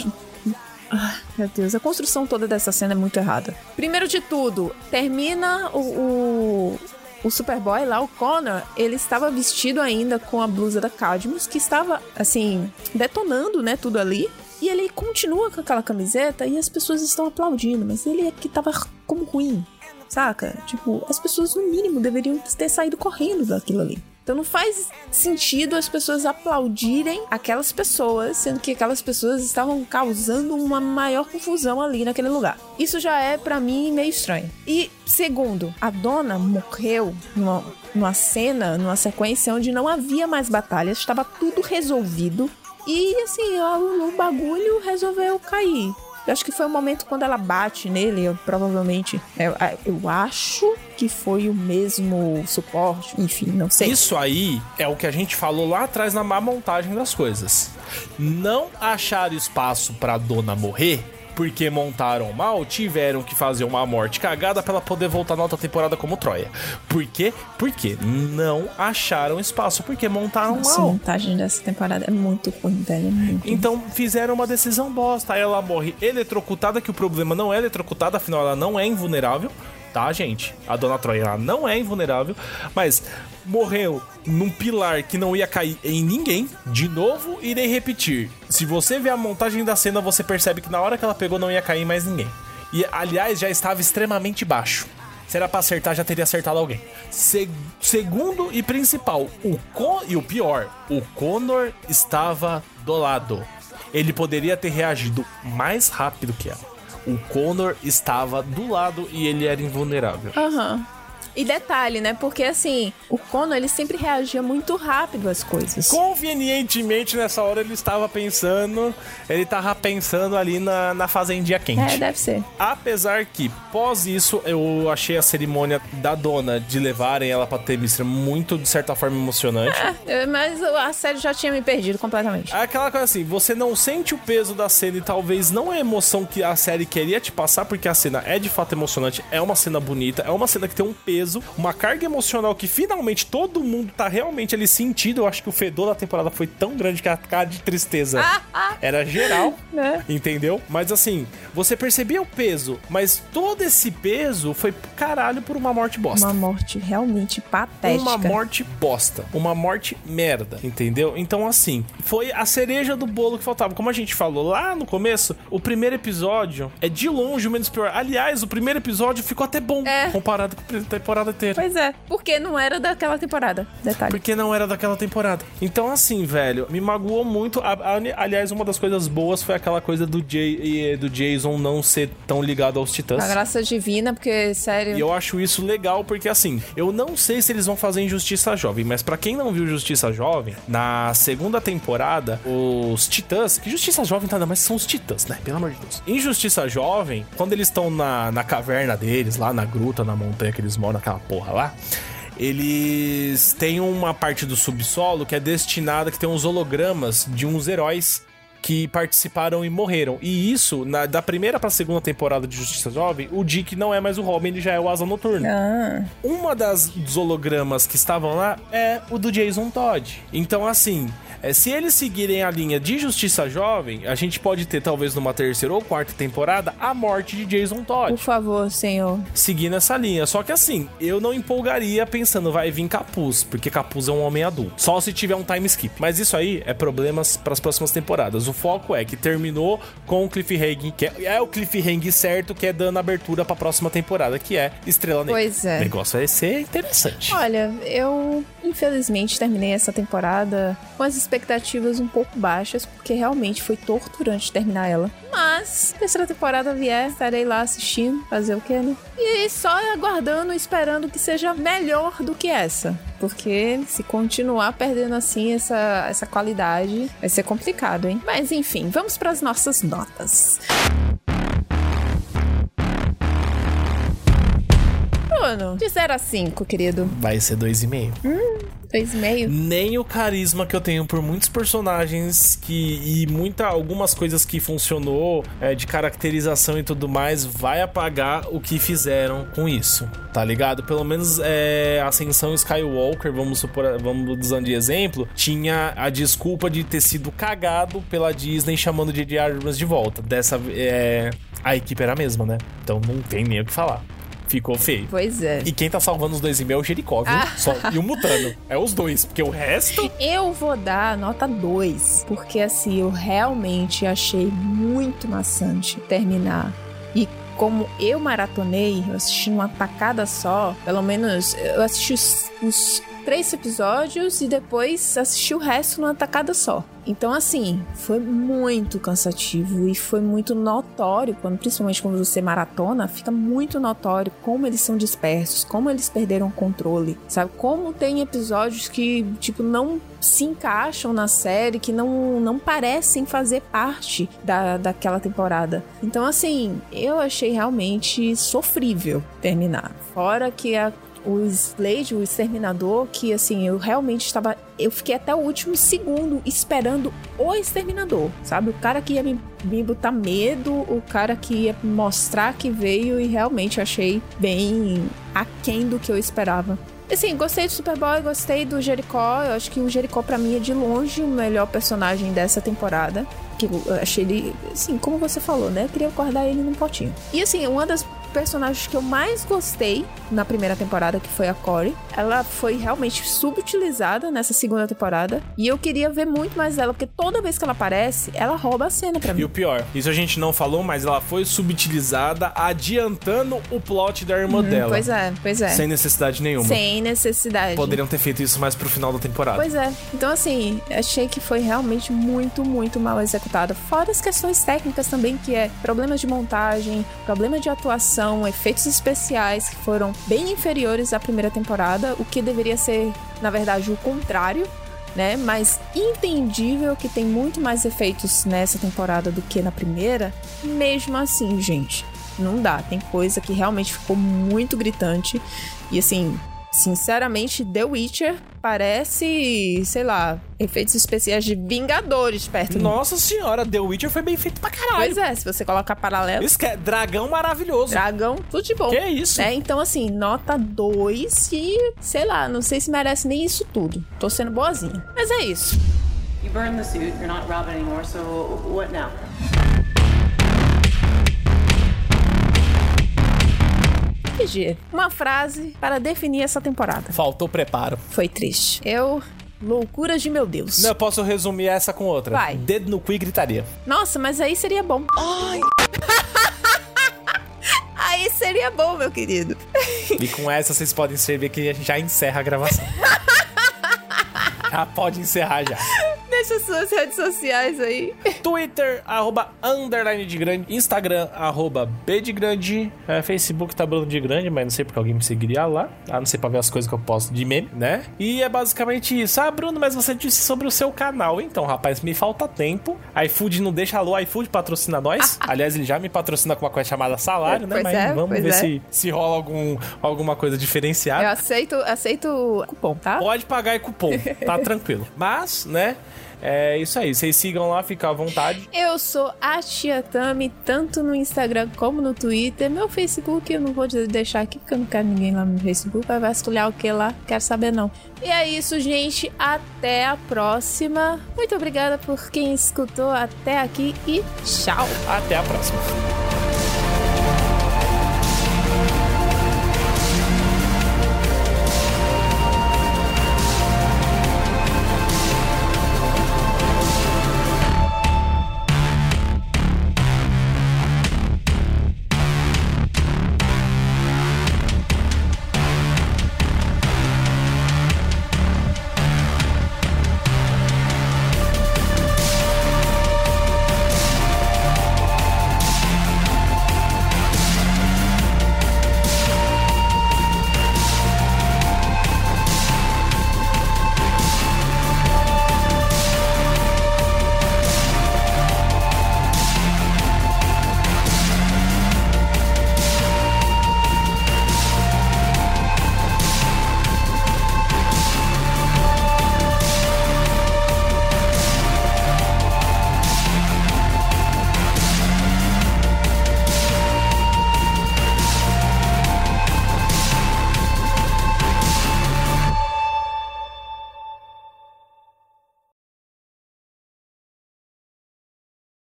Ah, meu Deus, a construção toda dessa cena é muito errada. Primeiro de tudo, termina o... o... O Superboy lá, o Connor, ele estava vestido ainda com a blusa da Cadmus, que estava, assim, detonando, né, tudo ali. E ele continua com aquela camiseta e as pessoas estão aplaudindo, mas ele é que tava como ruim, saca? Tipo, as pessoas no mínimo deveriam ter saído correndo daquilo ali. Então não faz sentido as pessoas aplaudirem aquelas pessoas, sendo que aquelas pessoas estavam causando uma maior confusão ali naquele lugar. Isso já é, pra mim, meio estranho. E, segundo, a Donna morreu numa, numa cena, numa sequência onde não havia mais batalhas, estava tudo resolvido. E, assim, o, o bagulho resolveu cair. Eu acho que foi o momento quando ela bate nele, eu, provavelmente, eu, eu acho que foi o mesmo suporte, enfim, não sei. Isso aí é o que a gente falou lá atrás na má montagem das coisas. Não achar espaço pra Donna morrer porque montaram mal, tiveram que fazer uma morte cagada pra ela poder voltar na outra temporada como Troia. Por quê? Porque não acharam espaço, porque montaram Nossa, mal. a montagem dessa temporada é muito ruim, velho. É muito Então fizeram uma decisão bosta. Aí ela morre eletrocutada, que o problema não é eletrocutada, afinal ela não é invulnerável, tá, gente? A Dona Troia ela não é invulnerável, mas morreu num pilar que não ia cair em ninguém. De novo, irei repetir. Se você vê a montagem da cena, você percebe que na hora que ela pegou não ia cair em mais ninguém. E, aliás, já estava extremamente baixo. Se era pra acertar, já teria acertado alguém. Se- segundo e principal, o Con- e o pior, o Connor estava do lado. Ele poderia ter reagido mais rápido que ela. O Connor estava do lado e ele era invulnerável. Aham. E detalhe, né? Porque assim, o Connor, ele sempre reagia muito rápido às coisas. Convenientemente, nessa hora, ele estava pensando... Ele tava pensando ali na, na fazendinha quente. É, deve ser. Apesar que, pós isso, eu achei a cerimônia da dona de levarem ela pra Themyscira muito, de certa forma, emocionante. É, mas a série já tinha me perdido completamente. É aquela coisa assim, você não sente o peso da cena e talvez não a emoção que a série queria te passar, porque a cena é de fato emocionante, é uma cena bonita, é uma cena que tem um peso, uma carga emocional que finalmente todo mundo tá realmente ali sentindo. Eu acho que o fedor da temporada foi tão grande que a cara de tristeza era geral, É. entendeu? Mas assim, você percebia o peso, mas todo esse peso foi pro caralho por uma morte bosta. Uma morte realmente patética. Uma morte bosta. Uma morte merda, entendeu? Então, assim, foi a cereja do bolo que faltava. Como a gente falou lá no começo, o primeiro episódio é de longe o menos pior. Aliás, o primeiro episódio ficou até bom É. comparado com a temporada inteira. Pois é, porque não era daquela temporada. Detalhe. Porque não era daquela temporada. Então, assim, velho, me magoou muito. A- a- aliás, uma das coisas boas foi aquela coisa do, Jay, do Jason não ser tão ligado aos Titãs. A graça divina, porque, sério... E eu acho isso legal, porque assim, eu não sei se eles vão fazer em Justiça Jovem, mas pra quem não viu Justiça Jovem, na segunda temporada, os Titãs, que Justiça Jovem nada mais são os Titãs, né? Pelo amor de Deus. Em Justiça Jovem, quando eles estão na, na caverna deles, lá na gruta, na montanha que eles moram, aquela porra lá, eles têm uma parte do subsolo que é destinada, que tem uns hologramas de uns heróis que participaram e morreram. E isso, na, da primeira pra segunda temporada de Justiça Jovem, o Dick não é mais o Robin, ele já é o Asa Noturna. Ah, Uma das dos hologramas que estavam lá é o do Jason Todd. Então, assim, é, se eles seguirem a linha de Justiça Jovem, a gente pode ter, talvez numa terceira ou quarta temporada, a morte de Jason Todd. por favor, senhor. Seguindo essa linha. Só que assim, eu não empolgaria pensando, vai vir Capuz, porque Capuz é um homem adulto. Só se tiver um time skip. Mas isso aí é problemas para as próximas temporadas. O foco é que terminou com o cliffhanger, que é, é o cliffhanger certo, que é dando abertura para a próxima temporada, que é Estrela Negra. Pois é. O negócio vai ser interessante. Olha, eu infelizmente terminei essa temporada com as expectativas um pouco baixas, porque realmente foi torturante terminar ela. Mas, se a terceira temporada vier, estarei lá assistindo, fazer o quê, né? E só aguardando, esperando que seja melhor do que essa. Porque se continuar perdendo assim essa, essa qualidade, vai ser complicado, hein? Mas enfim, vamos para as nossas notas. Bruno, de zero a cinco, querido. Vai ser dois e meio. dois e meio? Nem o carisma que eu tenho por muitos personagens que e muita algumas coisas que funcionou é, de caracterização e tudo mais vai apagar o que fizeram com isso, tá ligado? Pelo menos é, Ascensão Skywalker, vamos supor, vamos usando de exemplo, tinha a desculpa de ter sido cagado pela Disney chamando de J J Abrams de volta. Dessa é, a equipe era a mesma, né? Então não tem nem o que falar. Ficou feio. Pois é. E quem tá salvando os dois e meio é o Jericó, viu? Ah. Só, e o Mutano. É os dois, porque o resto... Eu vou dar nota dois, porque assim, eu realmente achei muito maçante terminar. E como eu maratonei, eu assisti numa tacada só, pelo menos eu assisti os, os três episódios e depois assisti o resto numa tacada só. Então, assim, foi muito cansativo e foi muito notório, quando, principalmente quando você maratona, fica muito notório como eles são dispersos, como eles perderam o controle, sabe? Como tem episódios que, tipo, não se encaixam na série, que não, não parecem fazer parte da, daquela temporada. Então, assim, eu achei realmente sofrível terminar. Fora que a o Slade, o Exterminador, que assim, eu realmente estava... Eu fiquei até o último segundo esperando o Exterminador, sabe? O cara que ia me, me botar medo, o cara que ia mostrar que veio, e realmente achei bem aquém do que eu esperava. Assim, gostei do Superboy, gostei do Jericó. Eu acho que o Jericó, pra mim, é de longe o melhor personagem dessa temporada. Que eu achei ele, assim, como você falou, né? Eu queria guardar ele num potinho. E assim, uma das personagens que eu mais gostei na primeira temporada, que foi a Corey, ela foi realmente subutilizada nessa segunda temporada, e eu queria ver muito mais dela, porque toda vez que ela aparece, ela rouba a cena pra mim. E o pior, isso a gente não falou, mas ela foi subutilizada adiantando o plot da irmã Uhum, dela. Pois é, pois é. Sem necessidade nenhuma. Sem necessidade. Poderiam ter feito isso mais pro final da temporada. Pois é. Então, assim, achei que foi realmente muito, muito mal executada. Fora as questões técnicas também, que é problemas de montagem, problema de atuação, efeitos especiais que foram bem inferiores à primeira temporada, o que deveria ser, na verdade, o contrário, né? Mas entendível que tem muito mais efeitos nessa temporada do que na primeira. Mesmo assim, gente, não dá. Tem coisa que realmente ficou muito gritante. E assim, sinceramente, The Witcher parece, sei lá, efeitos especiais de Vingadores perto de mim. Nossa senhora, The Witcher foi bem feito pra caralho. Pois é, se você colocar paralelo. Isso que é dragão maravilhoso. Dragão, tudo de bom. Que é isso? É, então, assim, nota dois e, sei lá, não sei se merece nem isso tudo. Tô sendo boazinha. Mas é isso. You burned the suit, you're not Robin anymore, so what now? P G, uma frase para definir essa temporada. Faltou preparo. Foi triste. Eu... Loucuras de meu Deus. Não, eu posso resumir essa com outra. Vai. Dedo no cu e gritaria. Nossa, mas aí seria bom. Ai. Aí seria bom, meu querido. E com essa vocês podem saber que a gente já encerra a gravação. Já pode encerrar já. Deixa suas redes sociais aí. Twitter, arroba underline de grande. Instagram, arroba B de grande. É, Facebook tá Bruno de grande, mas não sei porque alguém me seguiria lá. Ah, não sei pra ver as coisas que eu posto de meme, né? E é basicamente isso. Ah, Bruno, mas você disse sobre o seu canal. Então, rapaz, me falta tempo. iFood não deixa. Alô, iFood patrocina nós. Aliás, ele já me patrocina com uma coisa chamada salário, né? Pois Mas é, vamos pois ver é. se, se rola algum, alguma coisa diferenciada. Eu aceito, aceito cupom, tá? Pode pagar em cupom, tá tranquilo. Mas, né, é isso aí. Vocês sigam lá, fica à vontade. Eu sou a Tia Tami, tanto no Instagram como no Twitter. Meu Facebook eu não vou deixar aqui, porque eu não quero ninguém lá no Facebook. Vai vasculhar o que lá? Quero saber não. E é isso, gente. Até a próxima. Muito obrigada por quem escutou até aqui e tchau. Até a próxima.